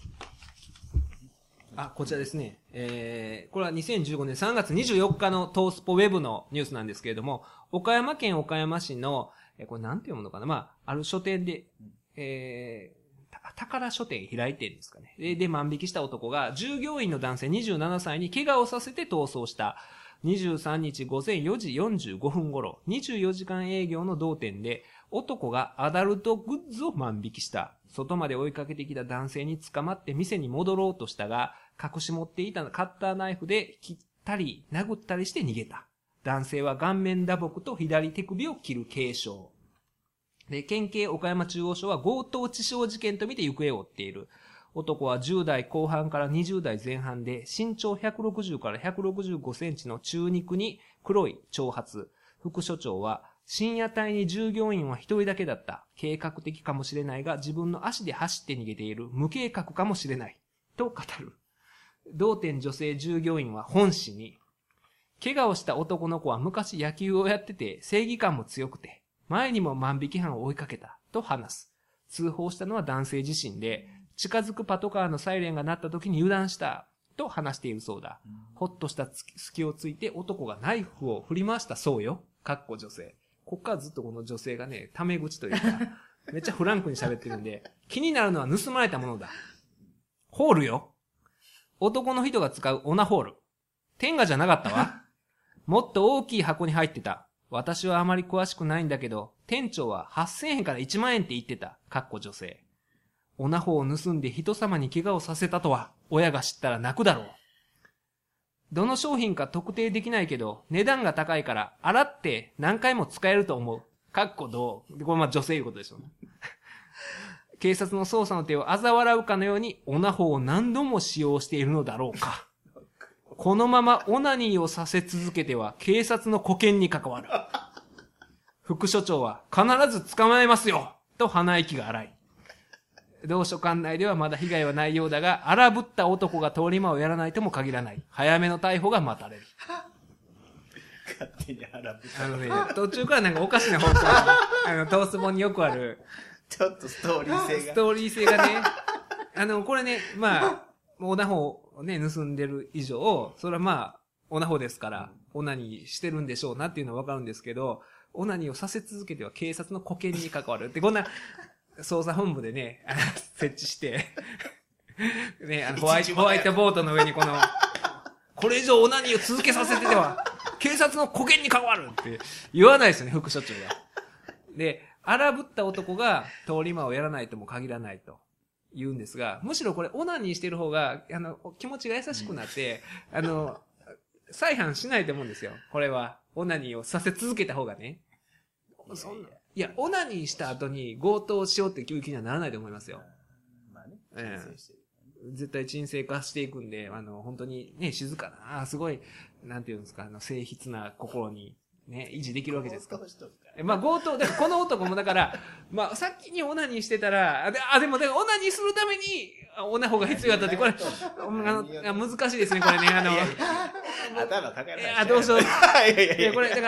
あ、こちらですね。えー、これはにせんじゅうごねんさんがつにじゅうよっかのトースポウェブのニュースなんですけれども、岡山県岡山市の、えー、これなんて読むのかな、まあ、ある書店で、えー、宝書店開いてるんですかね。で、で万引きした男が従業員の男性にじゅうななさいに怪我をさせて逃走した。にじゅうさんにちごぜんよじよんじゅうごふん頃、にじゅうよじかん営業の同店で、男がアダルトグッズを万引きした。外まで追いかけてきた男性に捕まって店に戻ろうとしたが、隠し持っていたカッターナイフで切ったり殴ったりして逃げた。男性は顔面打撲と左手首を切る軽傷。で、県警岡山中央署は強盗致傷事件とみて行方を追っている。男はじゅうだいこう半からにじゅうだいぜん半で身長ひゃくろくじゅうからひゃくろくじゅうごセンチの中肉に黒い長髪。副所長は深夜帯に従業員は一人だけだった。計画的かもしれないが自分の足で走って逃げている。無計画かもしれない。と語る。同店女性従業員は本誌に、怪我をした男の子は昔野球をやってて正義感も強くて、前にも万引き犯を追いかけた。と話す。通報したのは男性自身で、近づくパトカーのサイレンが鳴った時に油断した。と話しているそうだ。うん、ほっとした隙をついて男がナイフを振り回したそうよ。かっこ女性。こっからずっとこの女性がね、タメ口というか、めっちゃフランクに喋ってるんで、気になるのは盗まれたものだ。ホールよ。男の人が使うオナホール。天下じゃなかったわ。もっと大きい箱に入ってた。私はあまり詳しくないんだけど、店長ははっせんえんからいちまんえんって言ってた。かっこ女性。オナホを盗んで人様に怪我をさせたとは、親が知ったら泣くだろう。どの商品か特定できないけど、値段が高いから、洗って何回も使えると思う。かっこどう？これまあ女性いうことでしょうね。警察の捜査の手を嘲笑うかのように、オナホを何度も使用しているのだろうか。このままオナニーをさせ続けては、警察の保険に関わる。副所長は、必ず捕まえますよと鼻息が荒い。同署管内ではまだ被害はないようだが、荒ぶった男が通り魔をやらないとも限らない。早めの逮捕が待たれる。 勝手に荒ぶった。 あのね、途中からなんかおかしな方向に、あの、トース本によくある。 ちょっとストーリー性が。 ストーリー性がね、あの、これね、まあ、オナホをね、盗んでる以上、それはまあ、オナホですから、オナニーしてるんでしょうなっていうのはわかるんですけど、オナニーをさせ続けては警察の保険に関わるって、こんな、捜査本部でね、設置して、ね、あのホワイト、ホワイトボードの上にこの、これ以上オナニーを続けさせてては、警察の保険に関わるって言わないですよね、副所長が。で、荒ぶった男が通り魔をやらないとも限らないと言うんですが、むしろこれオナニーしてる方が、あの、気持ちが優しくなって、あの、再犯しないと思うんですよ。これは、オナニーをさせ続けた方がね。そんないや、オナニーした後に強盗しようっていう気にはならないと思いますよ。 まあね。 ええ、絶対沈静化していくんで、あの、本当にね、静かな、すごい、なんていうんですか、あの、静筆な心に、ね、維持できるわけですか。まあ、強盗、だからこの男もだから、まあ、先にオナニーしてたら、であ、でも、だからオナニーするために、オナホが必要だったって、これ、あの、難しいですね、これね、あの、 頭かからない。 あ、どうしよう。いやいやいや、 これ、だから、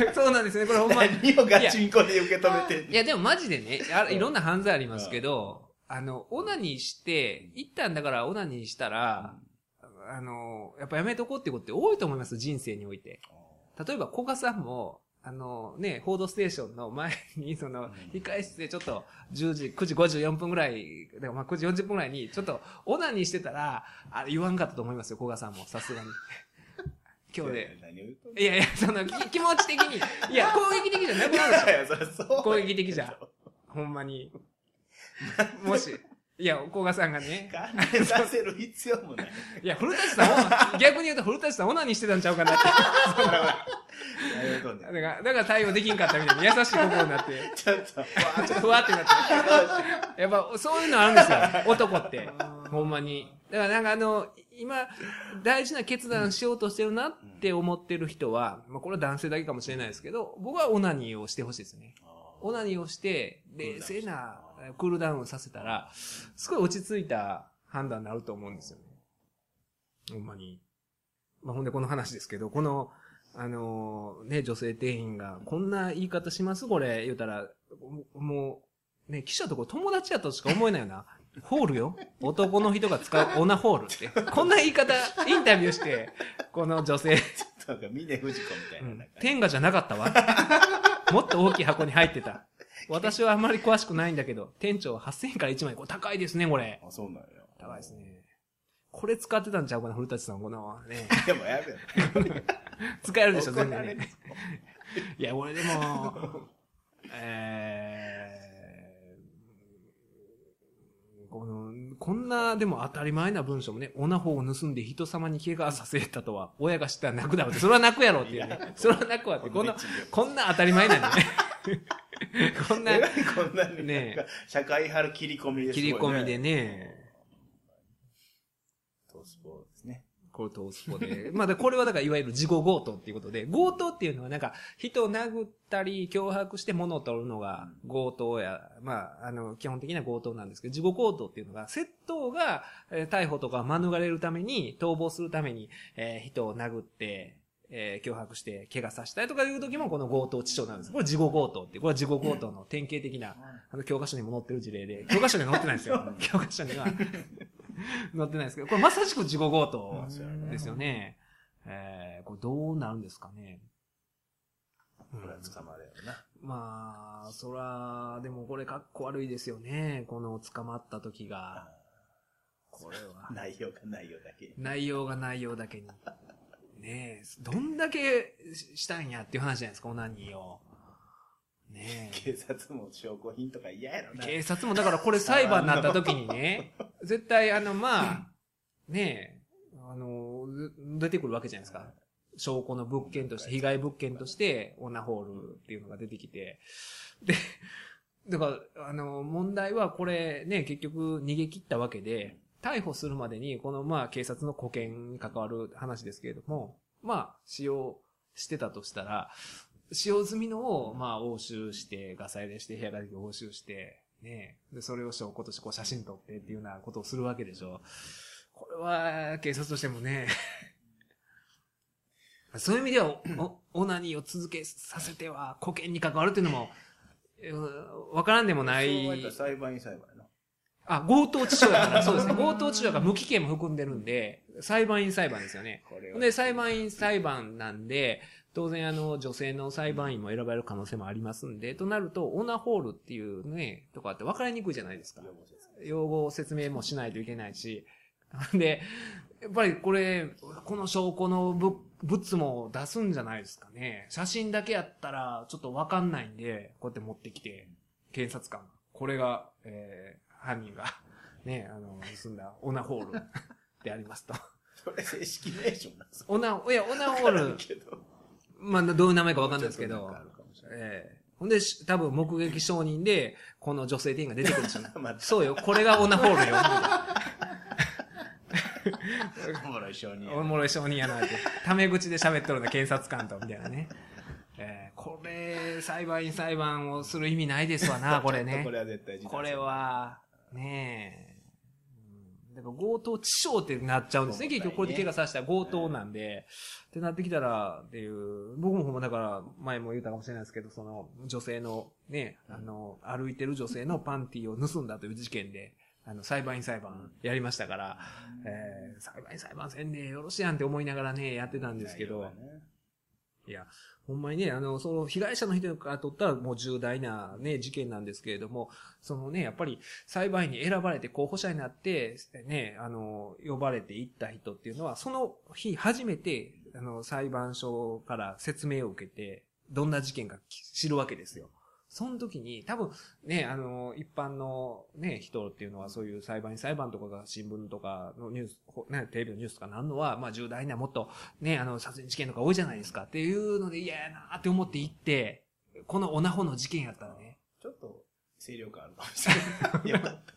そうなんですね、これほんま。 何をガチンコで受け止めてんの？ いや、でもマジでね、あいろんな犯罪ありますけど、あの、オナニーして、一旦だからオナニーしたら、あの、やっぱやめとこうってことって多いと思います、人生において。例えば、古賀さんも、あのね、報道ステーションの前に、その、控室でちょっと、じゅうじ、くじごじゅうよんぷんぐらい、でもまあくじよんじゅっぷんぐらいに、ちょっと、オナニーしてたら、あれ言わんかったと思いますよ、古賀さんも、さすがに。今日で。いやいや、その、気持ち的に、いや、攻撃的じゃなくなるでしょ。 いやいや、それそう。 攻撃的じゃ。ほんまに。もし、いや、古賀さんがね。 関連させる必要もない。 いや、古舘さん、逆に言うと古舘さんオナニーしてたんちゃうかなって。だから、だから対応できんかったみたいな優しい心になって。 ちょっと、 ちょっとふわってなって。やっぱ、そういうのあるんですよ。男って。ほんまに。だからなんかあの、今、大事な決断しようとしてるなって思ってる人は、まあこれは男性だけかもしれないですけど、僕はオナニーをしてほしいですね。オナニーをして、冷静なクールダウンさせたら、すごい落ち着いた判断になると思うんですよね。ほんまに。まあ、ほんでこの話ですけど、この、あのー、ね、女性店員が、こんな言い方しますこれ、言うたら、もう、ね、記者とこ友達やとしか思えないよな。 ホールよ。男の人が使うオナホールって。こんな言い方、インタビューして、この女性。 なんか、峰不二子みたいな。うん、 天下じゃなかったわ。もっと大きい箱に入ってた。私はあんまり詳しくないんだけど、店長ははっせんえんからいちまん円。これ高いですね、これ。 あ、そうなんや。 高いですね。これ使ってたんちゃうかな、古舘さん、このね。 でもやべえ。 使えるでしょ、全然ね。いや、俺でも、えー、この、こんな、でも当たり前な文章もね、オナホを盗んで人様に怪我させたとは、親が知ったら泣くだろうって、それは泣くやろっていうね。それは泣くわって、こんな、こんな当たり前なんでね。こんな、 こんなね、 社会派の切り込みですね。 切り込みでね。 トースポですね。 これトースポで。まあ、これはだからいわゆる事後強盗っていうことで、強盗っていうのはなんか人を殴ったり脅迫して物を取るのが強盗や、まあ、あの、基本的な強盗なんですけど、事後強盗っていうのが、窃盗が、えー、逮捕とか免れるために、逃亡するために、えー、人を殴って、えー、脅迫して怪我させたりとかいう時もこの強盗致傷なんです。これ事後強盗って、これは事後強盗の典型的な、あの、教科書にも載ってる事例で、教科書には載ってないですよ。教科書には載ってないですけど、これまさしく事後強盗ですよね。えー、これどうなるんですかね。 これは捕まるよな。 まあ、そら、でもこれかっこ悪いですよね。この捕まった時が。これは。 内容が内容だけに。 内容が内容だけに。ねえ、どんだけしたんやっていう話じゃないですか、オナニーを。ねえ。警察も証拠品とか嫌やろな。 警察も、だからこれ裁判になった時にね、絶対あの、まあ、ねえ、あの、出てくるわけじゃないですか。証拠の物件として、被害物件として、オナホールっていうのが出てきて。で、だから、あの、問題はこれね、結局逃げ切ったわけで、逮捕するまでに、このまあ警察の保険に関わる話ですけれども、まあ使用してたとしたら、使用済みのをまあ押収して、ガサ入れして、部屋から押収して、ね、で、それを証拠としてこう写真撮ってっていうようなことをするわけでしょ。これは警察としてもね、そういう意味ではオナニーを続けさせては保険に関わるっていうのも、わからんでもない。 そうやったら裁判員裁判やな。 あ、強盗致傷だから、そうですね。強盗致傷だから無期限も含んでるんで、裁判員裁判ですよね。で、裁判員裁判なんで、当然あの、女性の裁判員も選ばれる可能性もありますんで、となると、オナホールっていうね、とかって分かりにくいじゃないですか。用語説明もしないといけないし。で、やっぱりこれ、この証拠の物物も出すんじゃないですかね。写真だけやったらちょっと分かんないんで、こうやって持ってきて、検察官。これが、えー、犯人が、ね、あの、盗んだオナホールでありますと。 それ正式名称なんですか？ オナ、いや、オナホール、まあ、どういう名前かわかんないですけど、ええー、ほんで、多分目撃証人で、この女性店員が出てくるんですよね。そうよ、これがオナホールよ。 おもろい証人やな。おもろい証人やなって。タメ口で喋っとるんだ、検察官と、みたいなね。えー、これ、裁判員裁判をする意味ないですわな、これね。 これは絶対これは、ねえ。だから強盗致傷ってなっちゃうんですね。結局これで怪我させたら強盗なんで。ってなってきたら、っていう、僕もほんまだから、前も言ったかもしれないですけど、その、女性の、ね、あの、歩いてる女性のパンティを盗んだという事件で、あの、裁判員裁判やりましたから、えー、裁判員裁判せんでよろしいやんって思いながらね、やってたんですけど、いや、ほんまにね、あの、その被害者の人からとったらもう重大なね、事件なんですけれども、そのね、やっぱり裁判員に選ばれて候補者になって、ね、あの、呼ばれていった人っていうのは、その日初めて、あの、裁判所から説明を受けて、どんな事件か知るわけですよ。その時に、多分、ね、あの、一般のね、人っていうのはそういう裁判員裁判とかが新聞とかのニュース、ね、テレビのニュースとかなんのは、まあ重大なもっとね、あの、殺人事件とか多いじゃないですかっていうので嫌やなって思って行って、このオナホの事件やったらね。 ちょっと、清涼感あるかもしれない。よかった。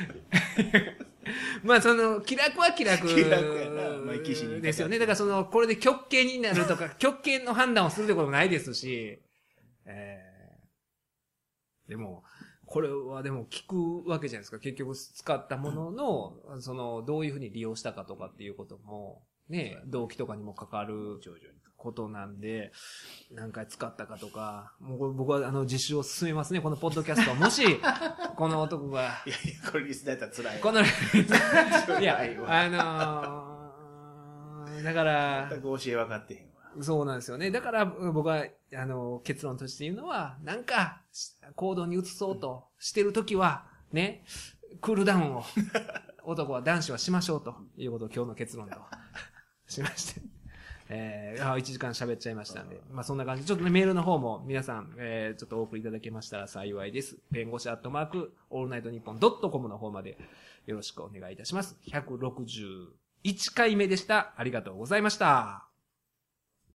まあその、気楽は気楽。 気楽やな。まあ、生き死に。 ですよね。だからその、これで極刑になるとか、極刑の判断をするってこともないですし、えーでも、これはでも聞くわけじゃないですか。結局使ったものの、その、どういうふうに利用したかとかっていうことも、 ね、動機とかにも関わる徐々に。 ことなんで、何回使ったかとか、もう僕はあの自首を進めますね、このポッドキャスト。もし、この男が、 いやいや、これリスナーやったら辛い。 この、いや、あのー、だから、 全く教え分かってへんわ。 そうなんですよね。だから僕は、あの、結論として言うのは、なんか、行動に移そうとしてるときは、ね、クールダウンを、男は男子はしましょうということを今日の結論としまして。えー、あいちじかん喋っちゃいましたんで。まあそんな感じ。ちょっとね、メールの方も皆さん、えー、ちょっとお送りいただけましたら幸いです。弁護士アットマーク、オールナイトニッポンドットコムの方までよろしくお願いいたします。ひゃくろくじゅういちかいめでした。ありがとうございました。